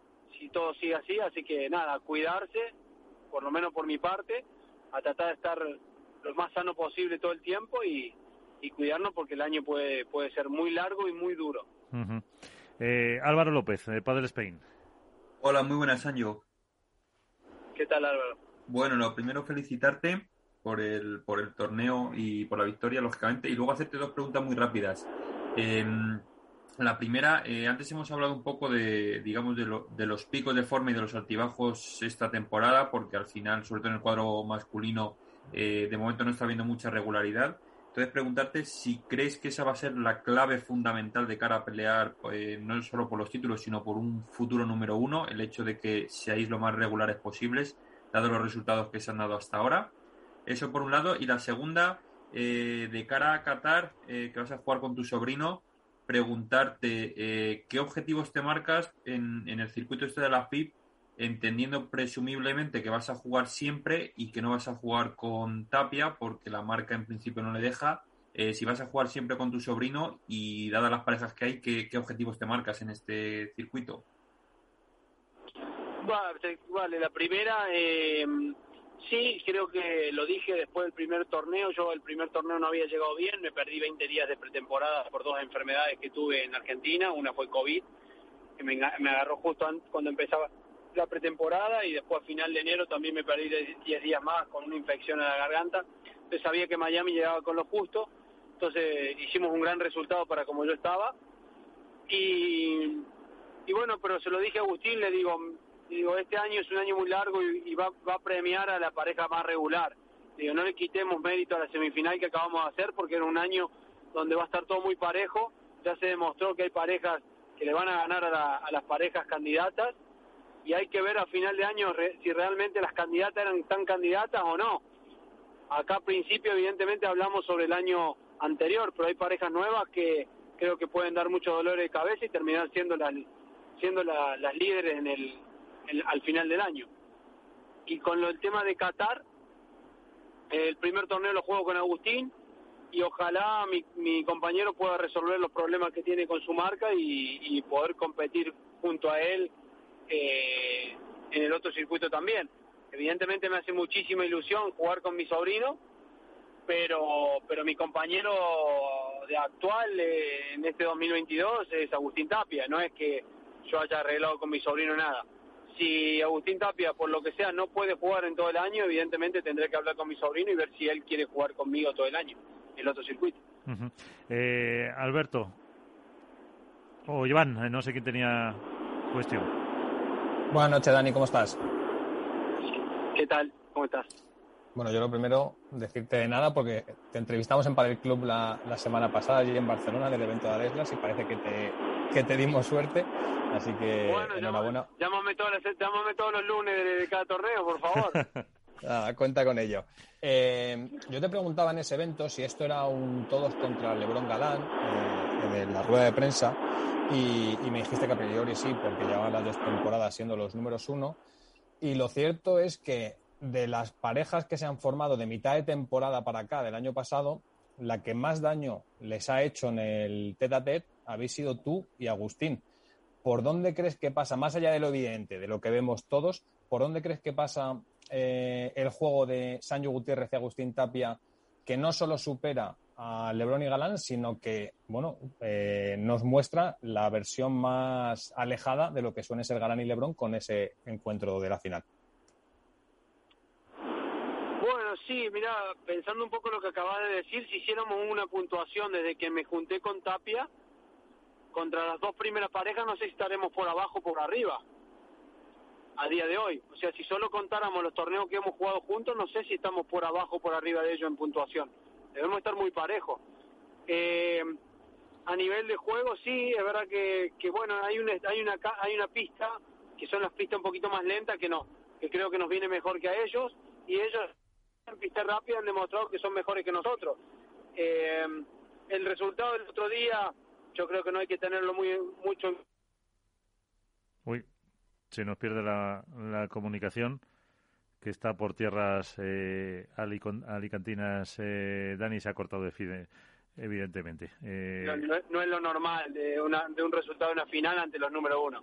si todo sigue así que nada, cuidarse, por lo menos por mi parte, a tratar de estar lo más sano posible todo el tiempo y cuidarnos porque el año puede ser muy largo y muy duro. Uh-huh. Álvaro López, de Padel Spain. Hola, muy buenas, Sancho. ¿Qué tal, Álvaro? Bueno, lo primero felicitarte por el torneo y por la victoria, lógicamente, y luego hacerte dos preguntas muy rápidas. La primera, antes hemos hablado un poco de los picos de forma y de los altibajos esta temporada, porque al final, sobre todo en el cuadro masculino, de momento no está habiendo mucha regularidad. Entonces, preguntarte si crees que esa va a ser la clave fundamental de cara a pelear, no solo por los títulos, sino por un futuro número 1, el hecho de que seáis lo más regulares posibles, dado los resultados que se han dado hasta ahora. Eso por un lado. Y la segunda, de cara a Qatar, que vas a jugar con tu sobrino, preguntarte qué objetivos te marcas en el circuito este de la FIB, entendiendo presumiblemente que vas a jugar siempre y que no vas a jugar con Tapia porque la marca en principio no le deja. Si vas a jugar siempre con tu sobrino y dadas las parejas que hay, ¿qué objetivos te marcas en este circuito? Vale, la primera, sí, creo que lo dije después del primer torneo. Yo el primer torneo no había llegado bien, me perdí 20 días de pretemporada por 2 enfermedades que tuve en Argentina. Una fue COVID, que me agarró justo cuando empezaba la pretemporada, y después a final de enero también me perdí 10 días más con una infección en la garganta. Entonces sabía que Miami llegaba con lo justo, entonces hicimos un gran resultado para como yo estaba. Y bueno, pero se lo dije a Agustín, le digo, este año es un año muy largo y va a premiar a la pareja más regular. Digo, no le quitemos mérito a la semifinal que acabamos de hacer, porque era un año donde va a estar todo muy parejo. Ya se demostró que hay parejas que le van a ganar a las parejas candidatas, y hay que ver a final de año si realmente las candidatas eran tan candidatas o no. Acá al principio evidentemente hablamos sobre el año anterior, pero hay parejas nuevas que creo que pueden dar mucho dolor de cabeza y terminar siendo las líderes al final del año. Y con el tema de Qatar, el primer torneo lo juego con Agustín, y ojalá mi compañero pueda resolver los problemas que tiene con su marca y poder competir junto a él en el otro circuito también. Evidentemente me hace muchísima ilusión jugar con mi sobrino, pero mi compañero de actual en este 2022 es Agustín Tapia. No es que yo haya arreglado con mi sobrino nada. Si Agustín Tapia, por lo que sea, no puede jugar en todo el año, evidentemente tendré que hablar con mi sobrino y ver si él quiere jugar conmigo todo el año, el otro circuito. Uh-huh. Alberto, o Iván, no sé quién tenía cuestión. Buenas noches, Dani, ¿cómo estás? ¿Qué tal? ¿Cómo estás? Bueno, yo lo primero, decirte de nada, porque te entrevistamos en Padel Club la semana pasada, allí en Barcelona, del evento de Adeslas, y parece que te dimos suerte, así que bueno, enhorabuena. Llámame todos los lunes de cada torneo, por favor. Cuenta con ello. Yo te preguntaba en ese evento si esto era un todos contra LeBron Galán, en la rueda de prensa, y me dijiste que a priori sí, porque llevaban las 2 temporadas siendo los números 1, y lo cierto es que de las parejas que se han formado de mitad de temporada para acá del año pasado, la que más daño les ha hecho en el tete-a-tete habéis sido tú y Agustín. ¿Por dónde crees que pasa, más allá de lo evidente, de lo que vemos todos, por dónde crees que pasa el juego de Sancho Gutiérrez y Agustín Tapia, que no solo supera a LeBron y Galán, sino que nos muestra la versión más alejada de lo que suele ser Galán y LeBron con ese encuentro de la final? Bueno, sí, mira, pensando un poco lo que acabas de decir, si hiciéramos una puntuación desde que me junté con Tapia, contra las 2 primeras parejas, no sé si estaremos por abajo o por arriba a día de hoy. O sea, si solo contáramos los torneos que hemos jugado juntos, no sé si estamos por abajo o por arriba de ellos en puntuación. Debemos estar muy parejos. A nivel de juego, sí, es verdad que bueno, hay una pista, que son las pistas un poquito más lentas, que creo que nos viene mejor que a ellos, y ellos en pista rápida han demostrado que son mejores que nosotros. El resultado del otro día, yo creo que no hay que tenerlo mucho. Uy, se nos pierde la comunicación, que está por tierras alicantinas. Dani se ha cortado de feed, evidentemente. No es lo normal de un resultado de una final ante los número 1.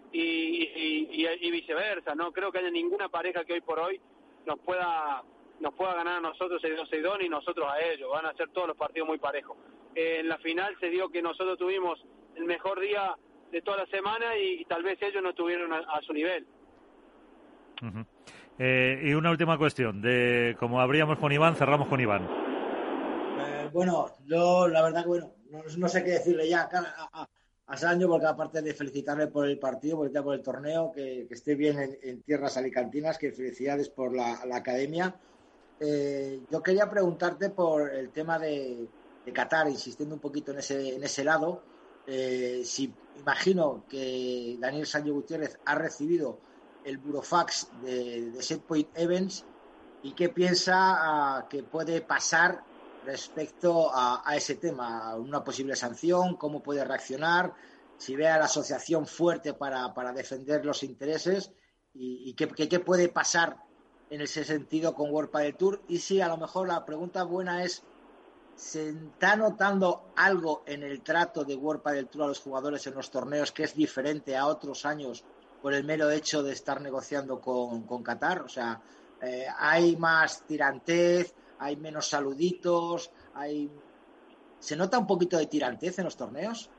y viceversa. No creo que haya ninguna pareja que hoy por hoy nos pueda ganar a nosotros 6-2 ni nosotros a ellos. Van a ser todos los partidos muy parejos. En la final se dio que nosotros tuvimos el mejor día de toda la semana y tal vez ellos no estuvieron a su nivel. Uh-huh. Y una última cuestión, de como abríamos con Iván, cerramos con Iván. Bueno, yo la verdad que no sé qué decirle ya a Sancho, porque aparte de felicitarle por el partido, por el torneo, que esté bien en tierras alicantinas, que felicidades por la academia. Yo quería preguntarte por el tema de Qatar, insistiendo un poquito en ese lado. Si imagino que Daniel Sancho Gutiérrez ha recibido el burofax de Setpoint Events y qué piensa que puede pasar respecto a ese tema, una posible sanción, cómo puede reaccionar, si ve a la asociación fuerte para defender los intereses y qué puede pasar en ese sentido con World Padel Tour, y si a lo mejor la pregunta buena es, ¿se está notando algo en el trato de World Padel Tour a los jugadores en los torneos que es diferente a otros años por el mero hecho de estar negociando con Qatar? O sea, ¿hay más tirantez? ¿Hay menos saluditos? ¿Se nota un poquito de tirantez en los torneos?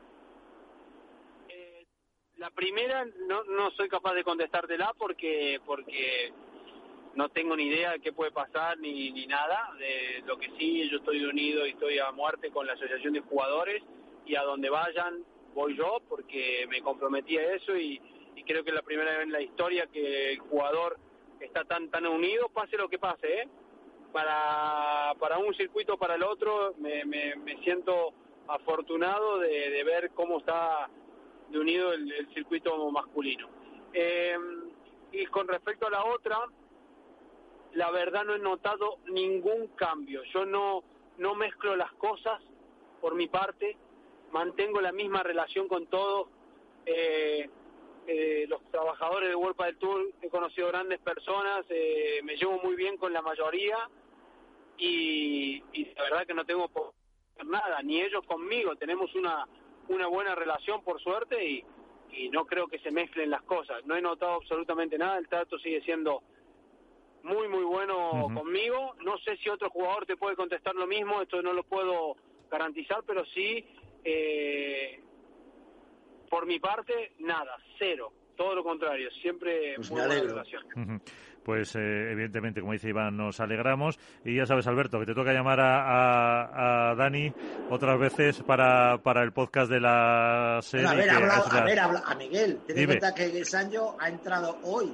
La primera no soy capaz de contestártela porque no tengo ni idea de qué puede pasar ni nada. De lo que sí, yo estoy unido y estoy a muerte con la asociación de jugadores, y a donde vayan voy yo porque me comprometí a eso y creo que es la primera vez en la historia que el jugador está tan unido, pase lo que pase, para un circuito o para el otro. Me siento afortunado de ver cómo está de unido el circuito masculino. Y con respecto a la otra, la verdad no he notado ningún cambio. Yo no mezclo las cosas por mi parte, mantengo la misma relación con todos. Los trabajadores de World Padel Tour, he conocido grandes personas, me llevo muy bien con la mayoría y la verdad que no tengo por nada, ni ellos conmigo. Tenemos una buena relación, por suerte, y no creo que se mezclen las cosas. No he notado absolutamente nada, el trato sigue siendo muy bueno conmigo. No sé si otro jugador te puede contestar lo mismo, esto no lo puedo garantizar, pero sí, por mi parte, nada, cero, todo lo contrario, siempre muy buena relación. Pues evidentemente, como dice Iván, nos alegramos, y ya sabes, Alberto, que te toca llamar a Dani otras veces para el podcast de la serie. Bueno, a Miguel, ten en cuenta que Sancho ha entrado hoy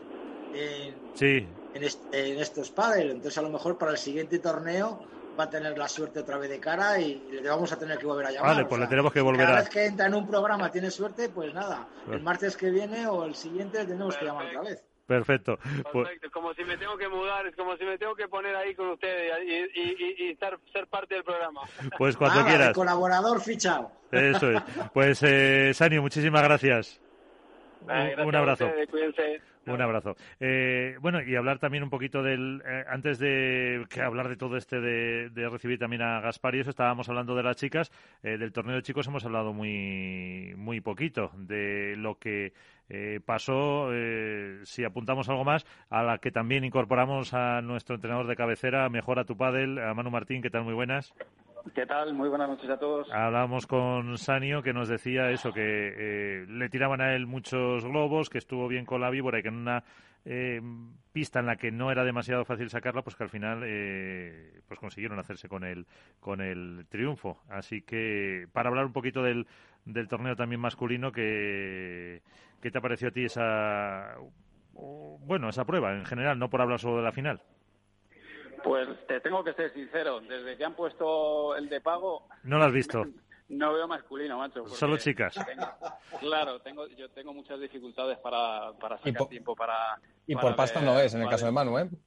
en estos pádel, entonces a lo mejor para el siguiente torneo va a tener la suerte otra vez de cara y le vamos a tener que volver a llamar. Vale, pues le tenemos que volver cada vez que entra en un programa tiene suerte, pues nada, el martes que viene o el siguiente tenemos que llamar otra vez. Perfecto. Como si me tengo que mudar, es como si me tengo que poner ahí con ustedes y ser parte del programa. Pues cuando quieras. El colaborador fichado. Eso es. Pues Sanio, muchísimas gracias. Un abrazo. A ustedes, cuídense. Un abrazo. Bueno, y hablar también un poquito antes de hablar de todo de recibir también a Gaspar y eso, estábamos hablando de las chicas, del torneo de chicos hemos hablado muy poquito, de lo que pasó, si apuntamos algo más, a la que también incorporamos a nuestro entrenador de cabecera, Mejora tu Pádel, a Manu Martín. ¿Qué tal? Muy buenas. ¿Qué tal? Muy buenas noches a todos. Hablábamos con Sanio, que nos decía eso, que le tiraban a él muchos globos, que estuvo bien con la víbora y que en una pista en la que no era demasiado fácil sacarla, pues que al final pues consiguieron hacerse con el triunfo. Así que para hablar un poquito del torneo también masculino, ¿qué te ha parecido a ti esa prueba en general, no por hablar solo de la final? Pues te tengo que ser sincero, desde que han puesto el de pago... No lo has visto. No veo masculino, macho. Solo chicas. Yo tengo muchas dificultades para sacar tiempo para... Y por pasta no es, en el caso de Manu, ¿eh?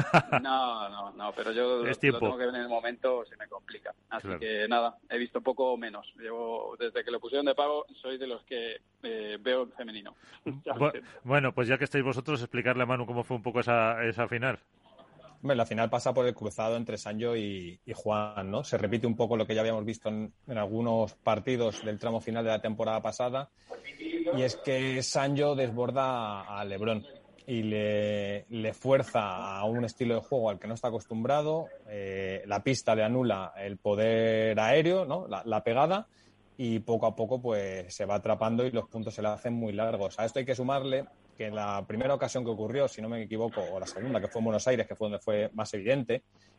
No, pero yo lo tengo que ver en el momento, se me complica. Así que nada, he visto poco o menos. Desde que lo pusieron de pago, soy de los que veo femenino. Bueno, pues ya que estáis vosotros, explicarle a Manu cómo fue un poco esa final. La final pasa por el cruzado entre Sancho y Juan, ¿no? Se repite un poco lo que ya habíamos visto en algunos partidos del tramo final de la temporada pasada, y es que Sancho desborda a LeBron y le fuerza a un estilo de juego al que no está acostumbrado. La pista le anula el poder aéreo, ¿no? La pegada, y poco a poco pues se va atrapando y los puntos se le hacen muy largos. A esto hay que sumarle que en la primera ocasión que ocurrió, si no me equivoco, o la segunda, que fue en Buenos Aires, que fue donde fue más evidente,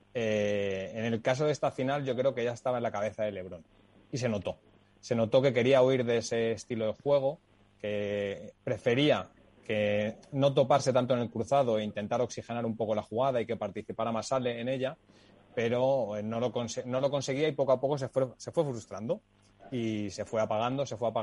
en el caso de esta final yo creo que ya estaba en la cabeza de LeBron y se notó que quería huir de ese estilo de juego, que prefería que no toparse tanto en el cruzado e intentar oxigenar un poco la jugada y que participara más Ale en ella, pero no lo conseguía, y poco a poco se fue frustrando y se fue apagando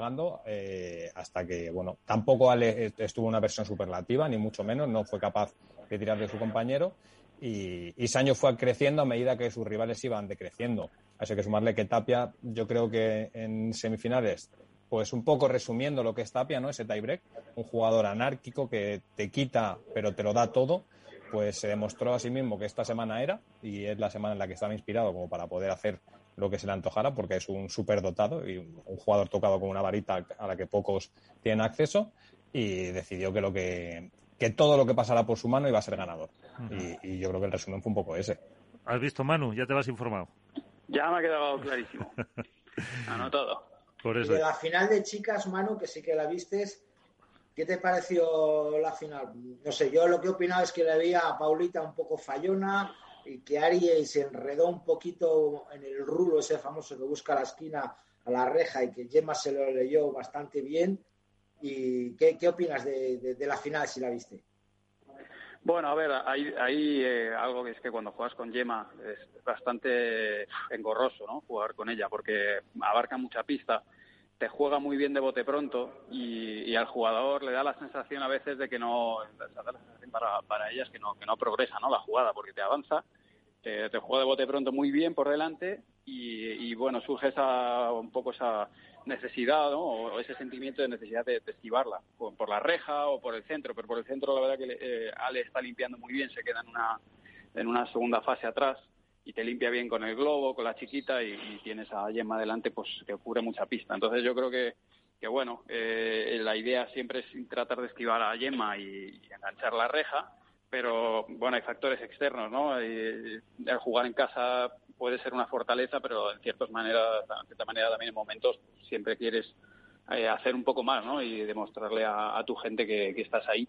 hasta que, bueno, tampoco Ale estuvo en una versión superlativa, ni mucho menos, no fue capaz de tirar de su compañero, y Sancho fue creciendo a medida que sus rivales iban decreciendo. Así que sumarle que Tapia, yo creo que en semifinales, pues un poco resumiendo lo que es Tapia, ¿no? Ese tiebreak, un jugador anárquico que te quita pero te lo da todo, pues se demostró a sí mismo que esta semana era, y es la semana en la que estaba inspirado como para poder hacer lo que se le antojara, porque es un superdotado y un jugador tocado con una varita a la que pocos tienen acceso, y decidió que todo lo que pasara por su mano iba a ser ganador. Y yo creo que el resumen fue un poco ese. ¿Has visto, Manu? ¿Ya te vas informado? Ya me ha quedado clarísimo. Anotado. Por eso. Y de la final de chicas, Manu, que sí que la vistes, ¿qué te pareció la final? No sé, yo lo que he opinado es que le veía a Paulita un poco fallona y que Ari se enredó un poquito en el rulo ese famoso que busca la esquina a la reja, y que Gemma se lo leyó bastante bien. ¿Y qué opinas de la final, si la viste? Bueno, a ver, hay algo que es que cuando juegas con Gemma es bastante engorroso, ¿no? Jugar con ella, porque abarca mucha pista, te juega muy bien de bote pronto, y al jugador le da la sensación a veces de que no, para ellas que no progresa, ¿no? La jugada, porque te avanza, te juega de bote pronto muy bien por delante, y bueno, surge un poco esa necesidad, ¿no? O ese sentimiento de necesidad de esquivarla por la reja o por el centro, pero por el centro la verdad que Ale está limpiando muy bien, se queda en una segunda fase atrás y te limpia bien con el globo, con la chiquita, y tienes a Gemma adelante, pues que cubre mucha pista. Entonces yo creo que bueno, la idea siempre es tratar de esquivar a Gemma y enganchar la reja, pero bueno, hay factores externos, ¿no? El jugar en casa puede ser una fortaleza, pero en cierta manera también en momentos siempre quieres hacer un poco más, ¿no? Y demostrarle a tu gente que estás ahí.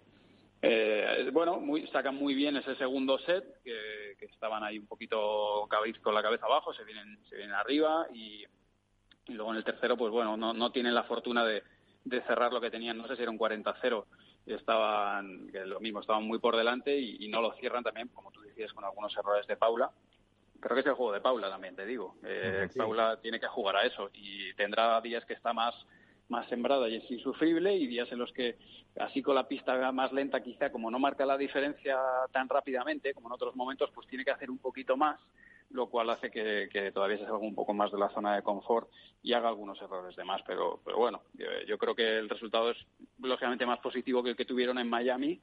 Bueno, sacan muy bien ese segundo set, que estaban ahí un poquito con la cabeza abajo, se vienen arriba, y luego en el tercero, pues bueno, no tienen la fortuna de cerrar lo que tenían, no sé si era un 40-0, estaban muy por delante, y no lo cierran también, como tú decías, con algunos errores de Paula. Creo que es el juego de Paula también, te digo. Sí. Paula tiene que jugar a eso, y tendrá días que está más sembrada y es insufrible, y días en los que, así con la pista más lenta, quizá como no marca la diferencia tan rápidamente como en otros momentos, pues tiene que hacer un poquito más, lo cual hace que todavía se salga un poco más de la zona de confort y haga algunos errores de más. Pero bueno, yo creo que el resultado es lógicamente más positivo que el que tuvieron en Miami,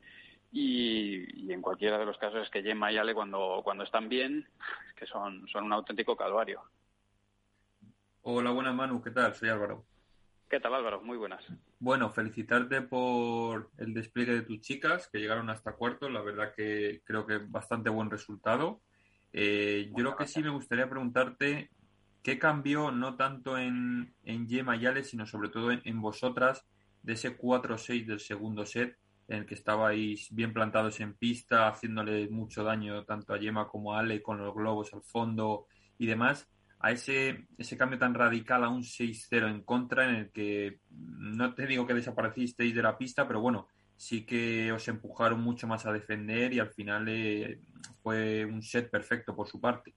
y en cualquiera de los casos es que Gemma y Ale cuando están bien, que son un auténtico calvario. Hola, buenas, Manu, ¿qué tal? Soy Álvaro. ¿Qué tal, Álvaro? Muy buenas. Bueno, felicitarte por el despliegue de tus chicas, que llegaron hasta cuartos. La verdad que creo que bastante buen resultado. Yo lo que sí me gustaría preguntarte, ¿qué cambió no tanto en Gemma y Ale, sino sobre todo en vosotras, de ese 4-6 del segundo set, en el que estabais bien plantados en pista, haciéndole mucho daño tanto a Gemma como a Ale, con los globos al fondo y demás, a ese cambio tan radical a un 6-0 en contra, en el que no te digo que desaparecisteis de la pista, pero bueno, sí que os empujaron mucho más a defender, y al final fue un set perfecto por su parte?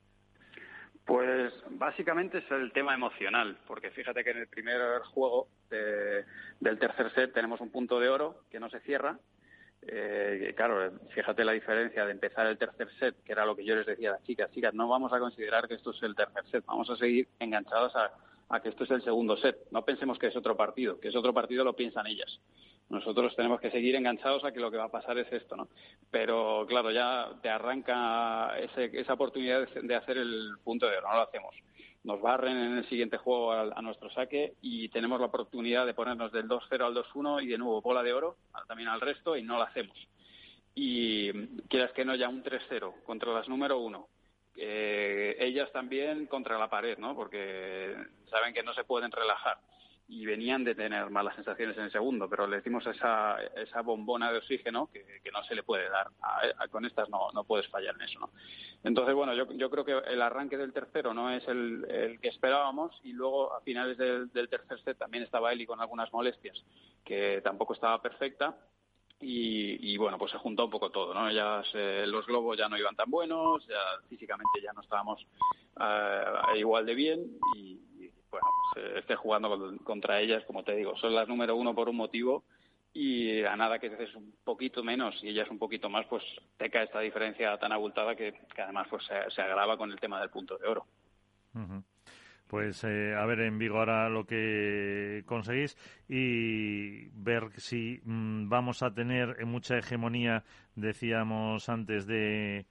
Pues básicamente es el tema emocional, porque fíjate que en el primer juego del tercer set tenemos un punto de oro que no se cierra. Claro, fíjate la diferencia de empezar el tercer set, que era lo que yo les decía a las chicas, no vamos a considerar que esto es el tercer set, vamos a seguir enganchados a que esto es el segundo set, no pensemos que es otro partido lo piensan ellas. Nosotros tenemos que seguir enganchados a que lo que va a pasar es esto, ¿no? Pero, claro, ya te arranca esa oportunidad de hacer el punto de oro, no lo hacemos. Nos barren en el siguiente juego a nuestro saque y tenemos la oportunidad de ponernos del 2-0 al 2-1 y de nuevo bola de oro también al resto y no lo hacemos. Y quieras que no, ya un 3-0 contra las número 1. Ellas también contra la pared, ¿no? Porque saben que no se pueden relajar y venían de tener malas sensaciones en el segundo, pero les dimos esa bombona de oxígeno que no se le puede dar. Con estas no puedes fallar en eso, ¿no? Entonces, bueno, yo creo que el arranque del tercero no es el que esperábamos y luego a finales del tercer set también estaba Eli con algunas molestias, que tampoco estaba perfecta. Y bueno, pues se juntó un poco todo, ¿no? Los globos ya no iban tan buenos, ya físicamente ya no estábamos igual de bien y bueno, pues esté jugando contra ellas, como te digo, son las número 1 por un motivo y a nada que haces un poquito menos y ellas un poquito más, pues te cae esta diferencia tan abultada que además pues se agrava con el tema del punto de oro. Uh-huh. Pues a ver en Vigo ahora lo que conseguís y ver si vamos a tener mucha hegemonía, decíamos antes, de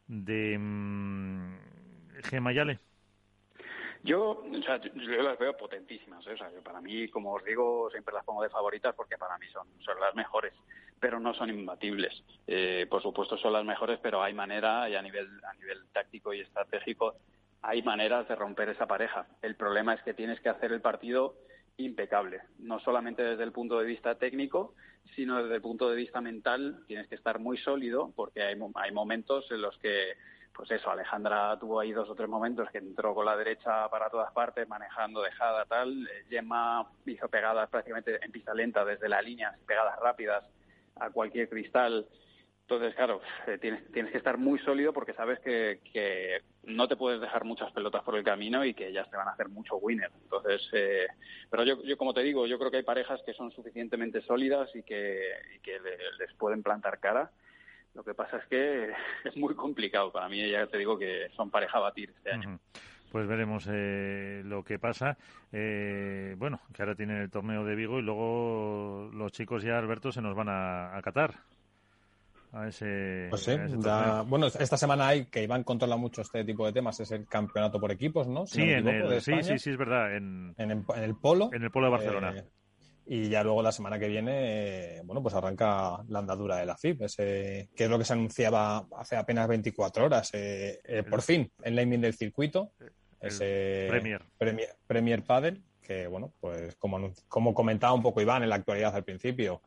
Gemma Yale. Yo las veo potentísimas, ¿eh? O sea, para mí, como os digo, siempre las pongo de favoritas porque para mí son las mejores, pero no son imbatibles. Por supuesto son las mejores, pero hay manera, y a nivel táctico y estratégico, hay maneras de romper esa pareja. El problema es que tienes que hacer el partido impecable, no solamente desde el punto de vista técnico, sino desde el punto de vista mental. Tienes que estar muy sólido porque hay momentos en los que pues eso, Alejandra tuvo ahí 2 o 3 momentos que entró con la derecha para todas partes, manejando dejada, tal. Gemma hizo pegadas prácticamente en pista lenta desde la línea, pegadas rápidas a cualquier cristal. Entonces, claro, tienes que estar muy sólido porque sabes que no te puedes dejar muchas pelotas por el camino y que ellas te van a hacer mucho winner. Entonces, pero yo como te digo, yo creo que hay parejas que son suficientemente sólidas y que les pueden plantar cara. Lo que pasa es que es muy complicado. Para mí, ya te digo que son pareja a batir este año. Uh-huh. Pues veremos lo que pasa. Bueno, que ahora tienen el torneo de Vigo y luego los chicos ya, Alberto, se nos van a Qatar. A ese, pues sí, a ese torneo. bueno, esta semana hay que Iván controla mucho este tipo de temas, es el campeonato por equipos, ¿no? Si sí, no me equivoco, de España. sí, es verdad. En el polo. En el polo de Barcelona. Y ya luego la semana que viene, bueno, pues arranca la andadura de la FIP, que es lo que se anunciaba hace apenas 24 horas. Por fin, el naming del circuito, ese Premier Padel, que bueno, pues como comentaba un poco Iván en la actualidad al principio,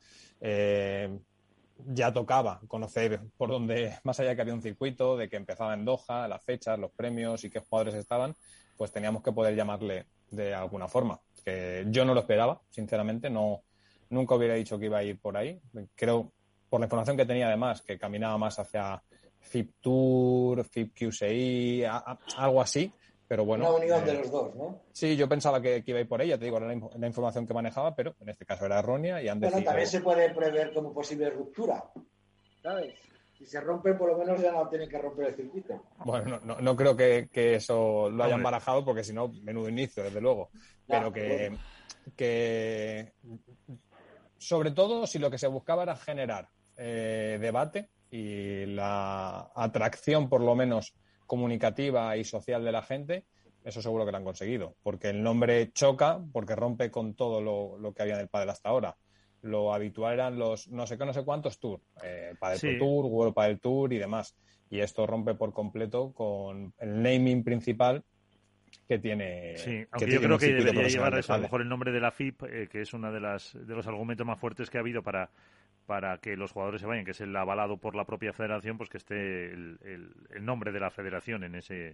ya tocaba conocer por dónde, más allá que había un circuito, de que empezaba en Doha, las fechas, los premios y qué jugadores estaban, pues teníamos que poder llamarle de alguna forma. Que yo no lo esperaba, sinceramente, nunca hubiera dicho que iba a ir por ahí. Creo, por la información que tenía además, que caminaba más hacia FIP Tour, FIP QCI, algo así, pero bueno. Una unión de los dos, ¿no? Sí, yo pensaba que iba a ir por ella, te digo, era la información que manejaba, pero en este caso era errónea y han decidido... También se puede prever como posible ruptura, ¿sabes? Si se rompe, por lo menos ya no tienen que romper el circuito. Bueno, no creo que eso lo hayan barajado, porque si no, menudo inicio, desde luego. Pero que sobre todo, si lo que se buscaba era generar debate y la atracción, por lo menos comunicativa y social de la gente, eso seguro que lo han conseguido. Porque el nombre choca, porque rompe con todo lo que había en el pádel hasta ahora. Lo habitual eran los no sé cuántos tours, Padel Pro Tour, World Padel Tour y demás. Y esto rompe por completo con el naming principal que tiene. Sí, aunque yo creo que debería llevar eso, a lo mejor el nombre de la FIP, que es uno de los argumentos más fuertes que ha habido para que los jugadores se vayan, que es el avalado por la propia federación, pues que esté el nombre de la federación en ese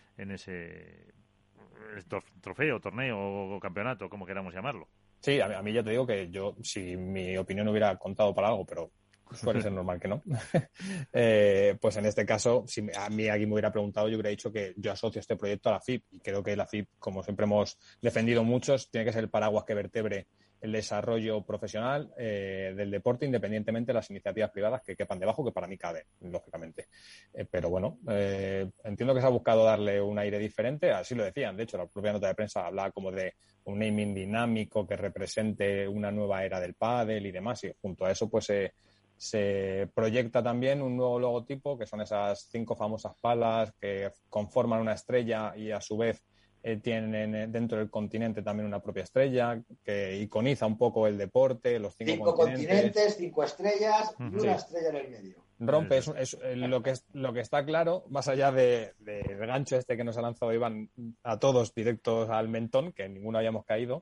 trofeo, torneo o campeonato, como queramos llamarlo. Sí, a mí ya te digo que yo, si mi opinión hubiera contado para algo, pero suele ser normal que no, pues en este caso, si a mí alguien me hubiera preguntado, yo hubiera dicho que yo asocio este proyecto a la FIP, y creo que la FIP, como siempre hemos defendido muchos, tiene que ser el paraguas que vertebre el desarrollo profesional del deporte, independientemente de las iniciativas privadas que quepan debajo, que para mí cabe, lógicamente. Pero bueno, entiendo que se ha buscado darle un aire diferente, así lo decían. De hecho, la propia nota de prensa hablaba como de un naming dinámico que represente una nueva era del pádel y demás, y junto a eso pues se proyecta también un nuevo logotipo, que son esas 5 famosas palas que conforman una estrella y a su vez tienen dentro del continente también una propia estrella que iconiza un poco el deporte, los 5 continentes, 5 estrellas y una estrella en el medio. Rompe, lo que está claro, más allá del gancho este que nos ha lanzado Iván a todos directos al mentón, que ninguno hayamos caído,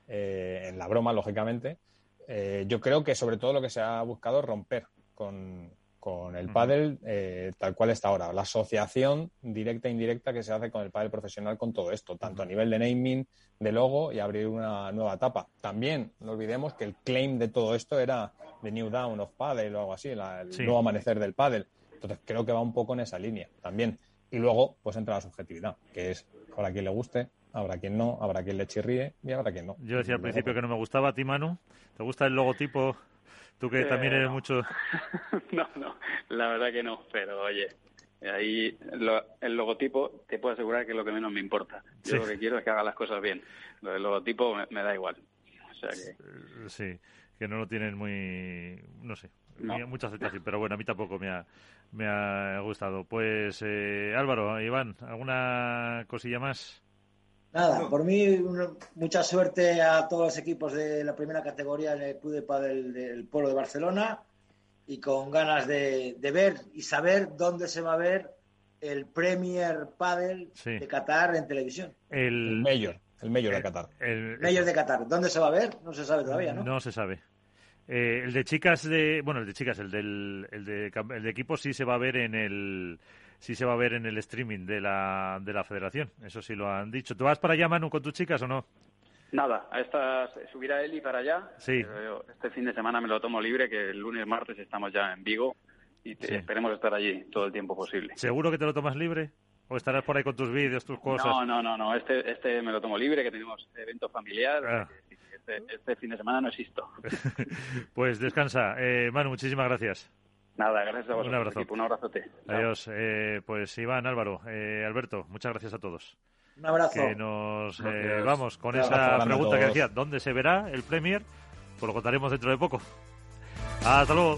en la broma, lógicamente. Yo creo que sobre todo lo que se ha buscado es romper con el pádel tal cual está ahora, la asociación directa e indirecta que se hace con el pádel profesional con todo esto, tanto a nivel de naming, de logo y abrir una nueva etapa. También no olvidemos que el claim de todo esto era The New Dawn of Padel o algo así, el nuevo amanecer del pádel. Entonces creo que va un poco en esa línea también. Y luego pues entra la subjetividad, que es habrá quien le guste, habrá quien no, habrá quien le chirríe y habrá quien no. Yo decía al principio que no me gustaba. ¿A ti, Manu? ¿Te gusta el logotipo? Tú que también eres mucho... No, la verdad que no, pero oye, ahí el logotipo te puedo asegurar que es lo que menos me importa. Yo lo que quiero es que haga las cosas bien. Lo del logotipo me da igual. O sea que... Sí, que no lo tienen muy... no sé, mucha aceptación, pero bueno, a mí tampoco me ha gustado. Pues Álvaro, Iván, ¿alguna cosilla más? Nada, por mí mucha suerte a todos los equipos de la primera categoría en el Club de Pádel del Polo de Barcelona y con ganas de ver y saber dónde se va a ver el Premier Pádel de Qatar en televisión. El Mayor de Qatar. El Mayor de Qatar. ¿Dónde se va a ver? No se sabe todavía, ¿no? No se sabe. El de chicas, el de equipos sí se va a ver en el... Sí se va a ver en el streaming de la federación, eso sí lo han dicho. ¿Tú vas para allá, Manu, con tus chicas o no? Nada, subirá Eli para allá. Sí. Este fin de semana me lo tomo libre, que el lunes, martes estamos ya en Vigo y esperemos estar allí todo el tiempo posible. ¿Seguro que te lo tomas libre? ¿O estarás por ahí con tus vídeos, tus cosas? No, este me lo tomo libre, que tenemos evento familiar. Este fin de semana no existo. Pues descansa. Manu, muchísimas gracias. Nada, gracias a vosotros. Un abrazo. Equipo, un abrazote. Adiós. Pues Iván, Álvaro, Alberto, muchas gracias a todos. Un abrazo. Que nos vamos con esa pregunta que decía, ¿dónde se verá el Premier? Pues lo contaremos dentro de poco. Hasta luego.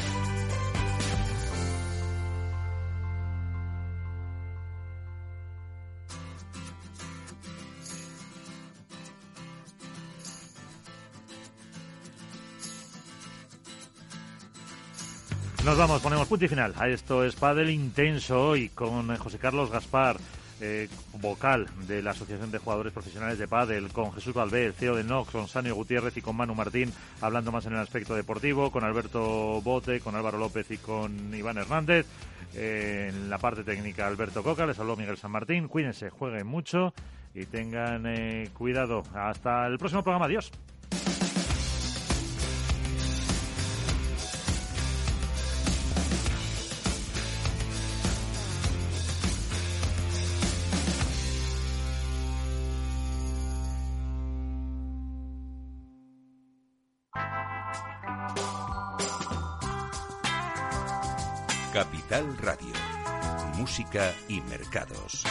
Nos vamos, ponemos punto y final a Esto es Pádel Intenso hoy con José Carlos Gaspar, vocal de la Asociación de Jugadores Profesionales de Pádel, con Jesús Valverde, CEO de Nox, con Sanio Gutiérrez y con Manu Martín, hablando más en el aspecto deportivo, con Alberto Bote, con Álvaro López y con Iván Hernández. En la parte técnica, Alberto Coca, les habló Miguel San Martín. Cuídense, jueguen mucho y tengan cuidado. Hasta el próximo programa. Adiós. Capital Radio. Música y mercados.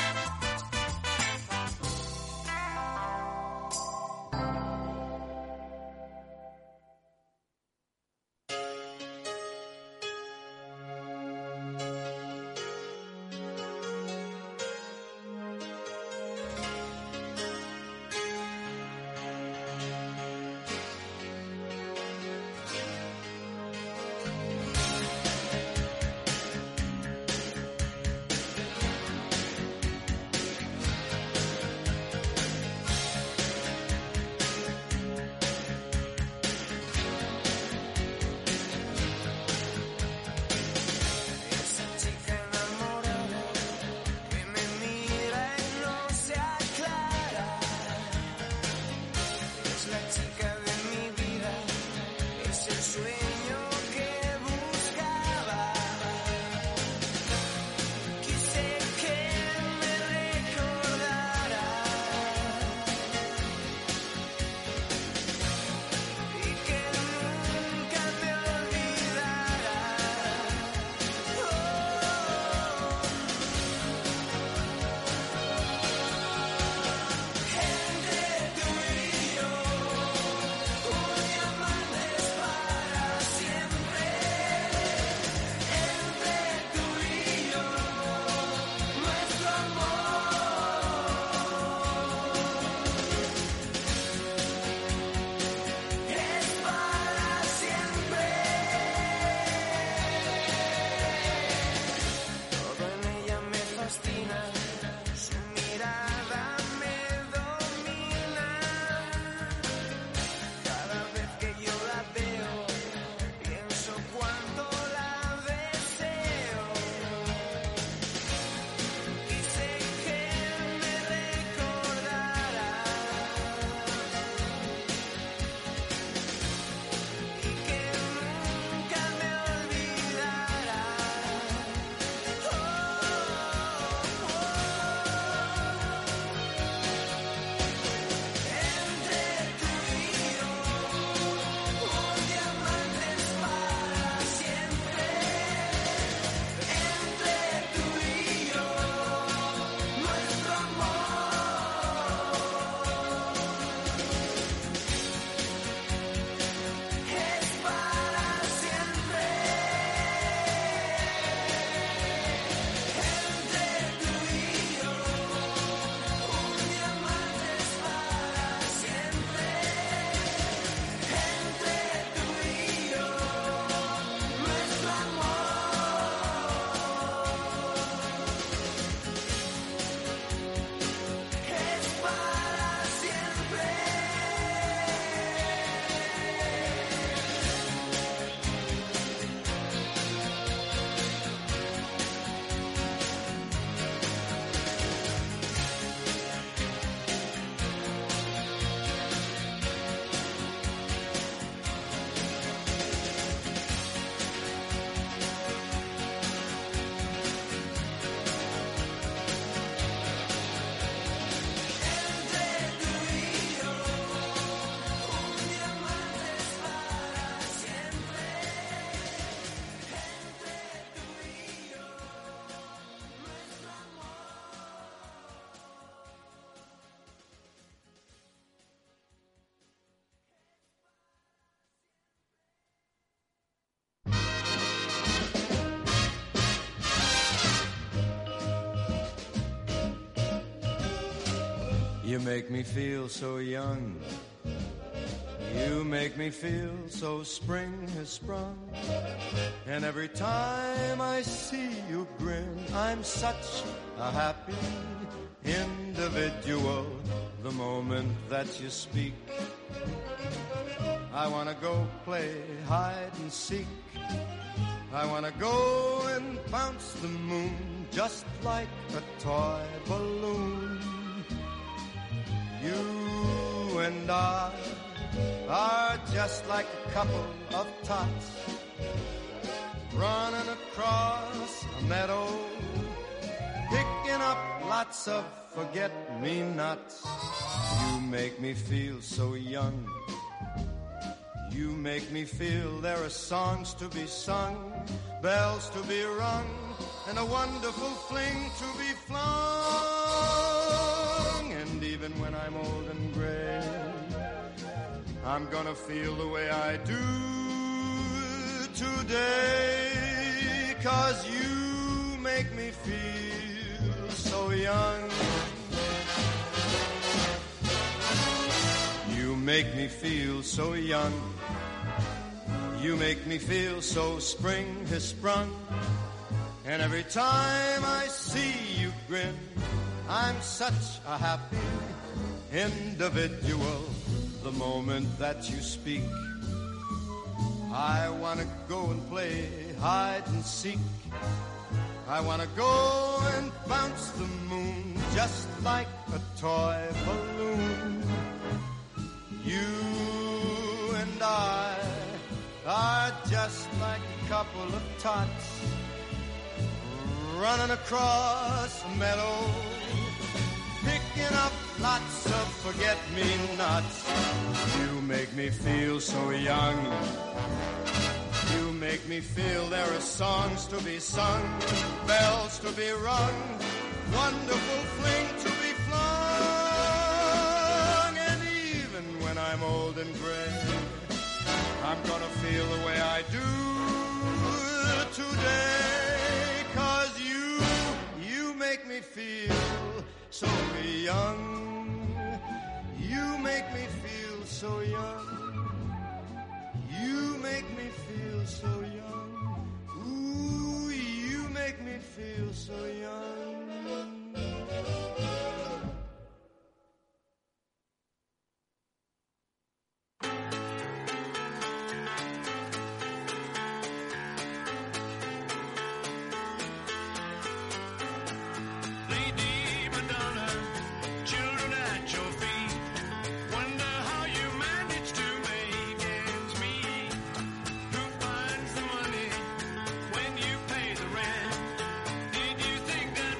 You make me feel so young. You make me feel so spring has sprung. And every time I see you grin, I'm such a happy individual. The moment that you speak, I wanna go play hide and seek. I wanna go and bounce the moon just like a toy balloon. You and I are just like a couple of tots running across a meadow, picking up lots of forget-me-nots. You make me feel so young. You make me feel there are songs to be sung, bells to be rung, and a wonderful fling to be flung. And even when I'm old and gray, I'm gonna feel the way I do today, 'cause you make me feel so young. You make me feel so young. You make me feel so spring has sprung. And every time I see you grin, I'm such a happy individual. The moment that you speak, I wanna go and play hide and seek. I wanna go and bounce the moon just like a toy balloon. You and I are just like a couple of tots running across a meadow, picking up lots of forget-me-nots. You make me feel so young. You make me feel there are songs to be sung, bells to be rung, wonderful fling to be flung. And even when I'm old and gray, I'm gonna feel the way I do today, 'cause you make me feel so young. You make me feel so young. You make me feel so young. Ooh, you make me feel so young. That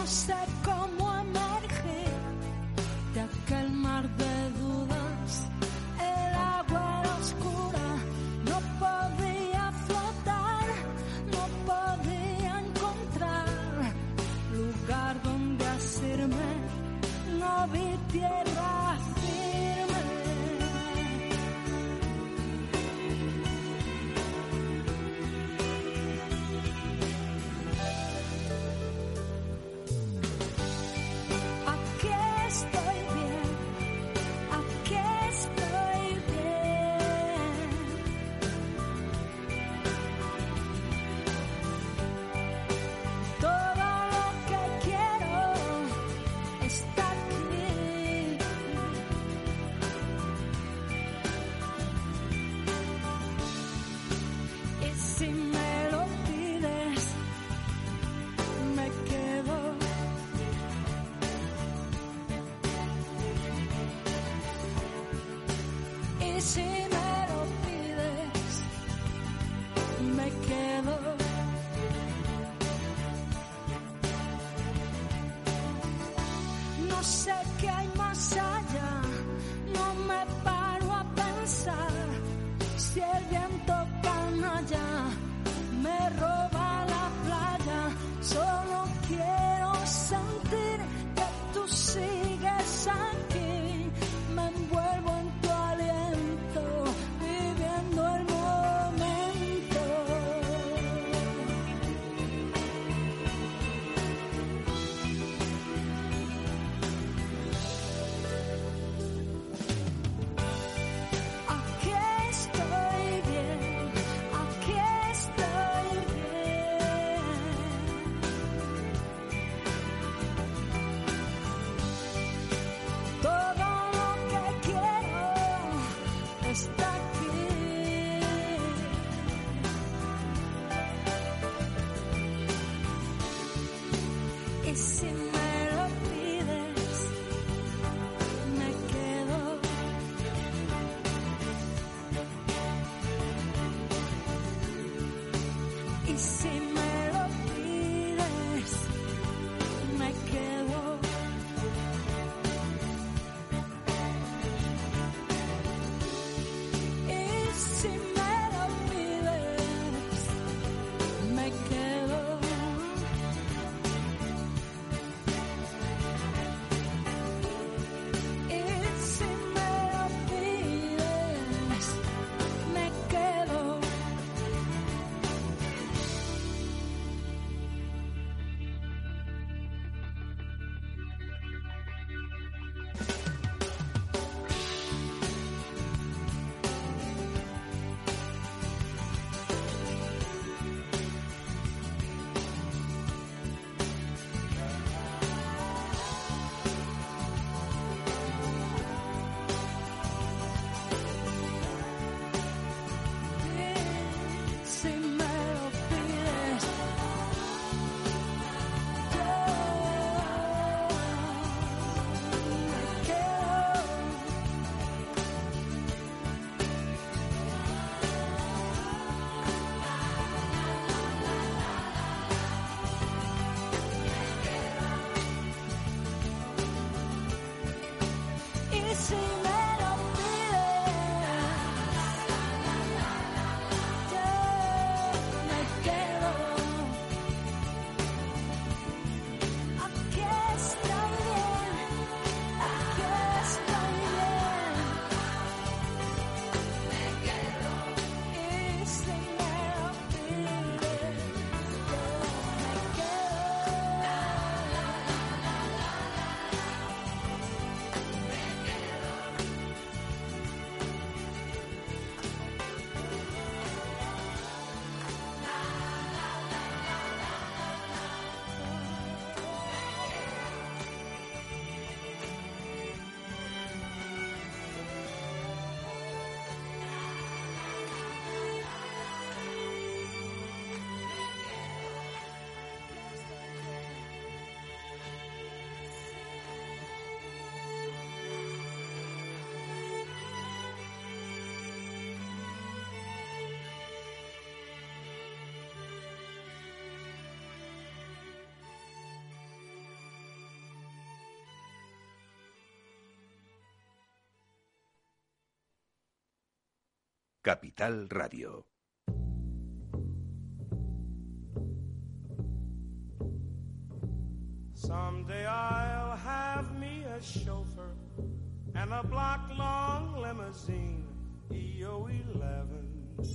no sé cómo emergir de aquel mar de dudas. El agua era oscura, no podía flotar, no podía encontrar lugar donde asirme, no vi tierra firme. Aquí estoy bien, aquí estoy bien. Todo lo que quiero está aquí. Y si me lo pides, me quedo. Y si me lo pides, me quedo. No sé qué hay más allá, no me paro a pensar. Si el viento canalla me roba la playa, solo quiero sentir que tú sigues aquí. Me envuelvo en tu aliento. Capital Radio. Someday I'll have me a chauffeur and a block-long limousine, EO11,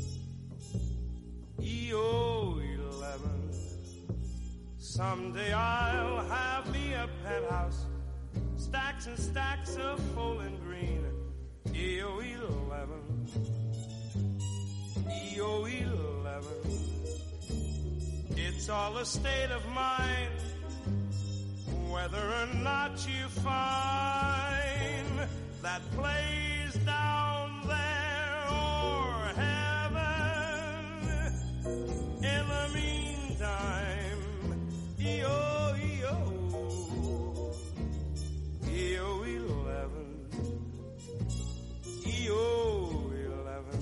EO11. Someday I'll have me a penthouse, stacks and stacks of Bowling Green, EO11, EO11. It's all a state of mind, whether or not you find that place down there or heaven. In the meantime, EO, EO, EO11, EO11,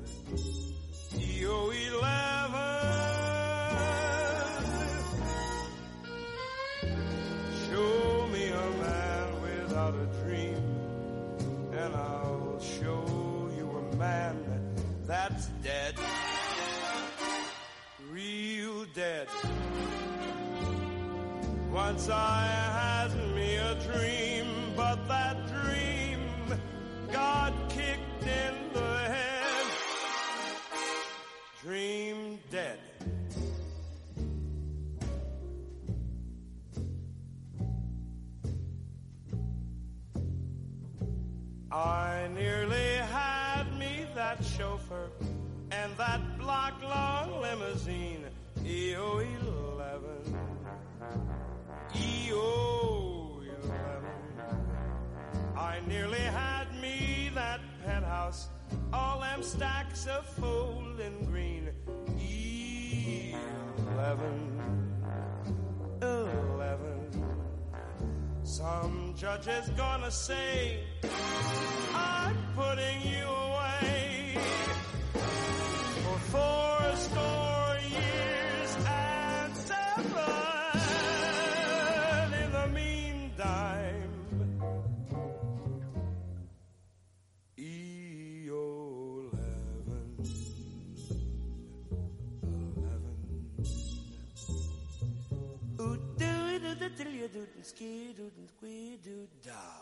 EO11. Show me a man without a dream, and I'll show you a man that's dead, real dead. Once I had me a dream, but that dream got kicked in the head. Dream dead. I nearly had me that chauffeur and that block-long limousine, EO11, EO11. I nearly had me that penthouse, all them stacks of folding green, E11, 11. Some judge is gonna say I'm putting you away for 4 years and 7. In the meantime, EO11, 11. Ooh, do it, do the diddly, do it, ski, do it, squee, do it, dow.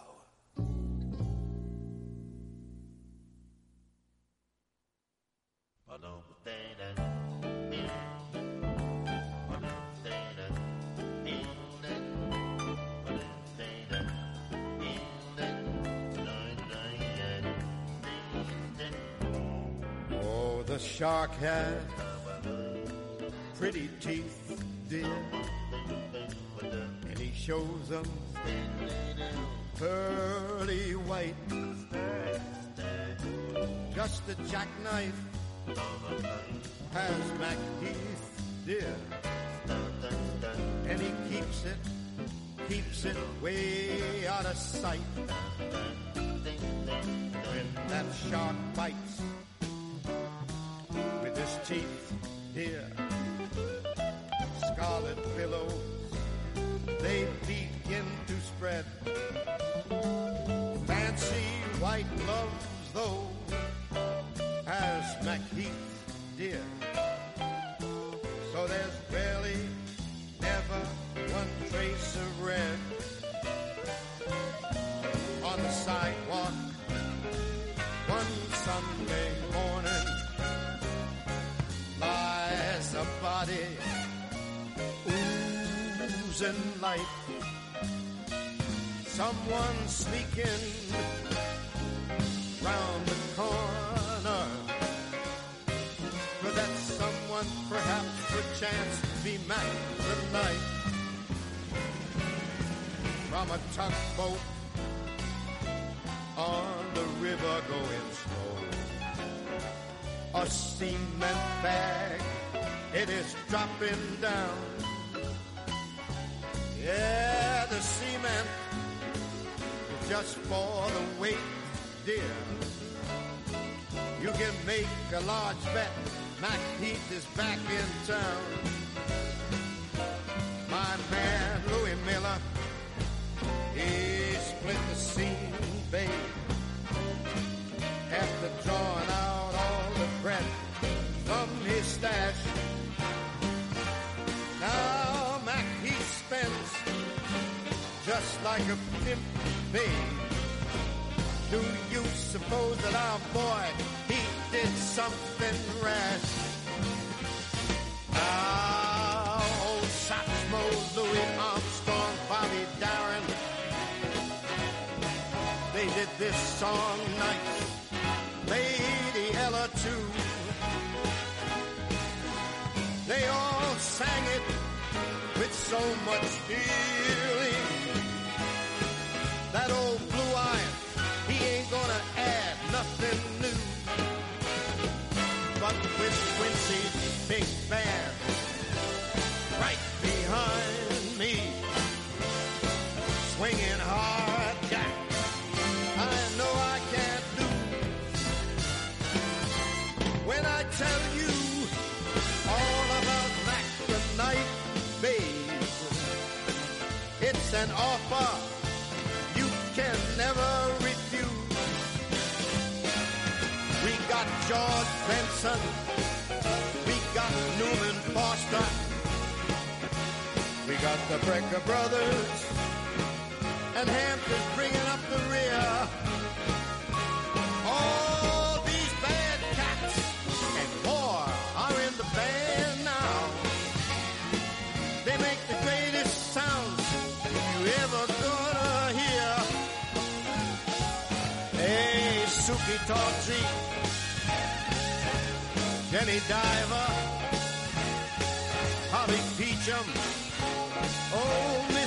Oh, the shark had pretty teeth, dear, and he shows them pearly white. Just a jackknife has MacHeath, dear, and he keeps it way out of sight. When that shark bites with his teeth, dear, scarlet billows, they begin to spread. Fancy white gloves, though, has MacHeath, dear. So there's barely ever one trace of red on the sidewalk one Sunday morning. Lies a body oozing light. Someone sneaking round the corner. Could that someone perhaps perchance be Mac the Knight? From a tugboat on the river going slow, a cement bag, it is dropping down. Yeah, the cement is just for the weight, dear. You can make a large bet MacHeath is back in town. My man Louis Miller, he split the scene, babe, after drawing out all like a pimp, babe. Do you suppose that our boy, he did something rash? Now, old Satchmo, Louis Armstrong, Bobby Darin, they did this song nice. Lady Ella too. They all sang it with so much feeling. That old blue-eyed, he ain't gonna add nothing new. But with Quincy's big band right behind me, swinging hard jack, I know I can't lose. When I tell you all about Mac the Knife, babe, it's an offer you can never refuse. We got George Benson, we got Newman Foster, we got the Brecker Brothers, and Hampton's bringing up the rear. All these bad cats and more are in the band now. They make the greatest sounds you ever gonna hear. Hey, Suki Tawdry, Jenny Diver, Holly Peachum, oh, Miss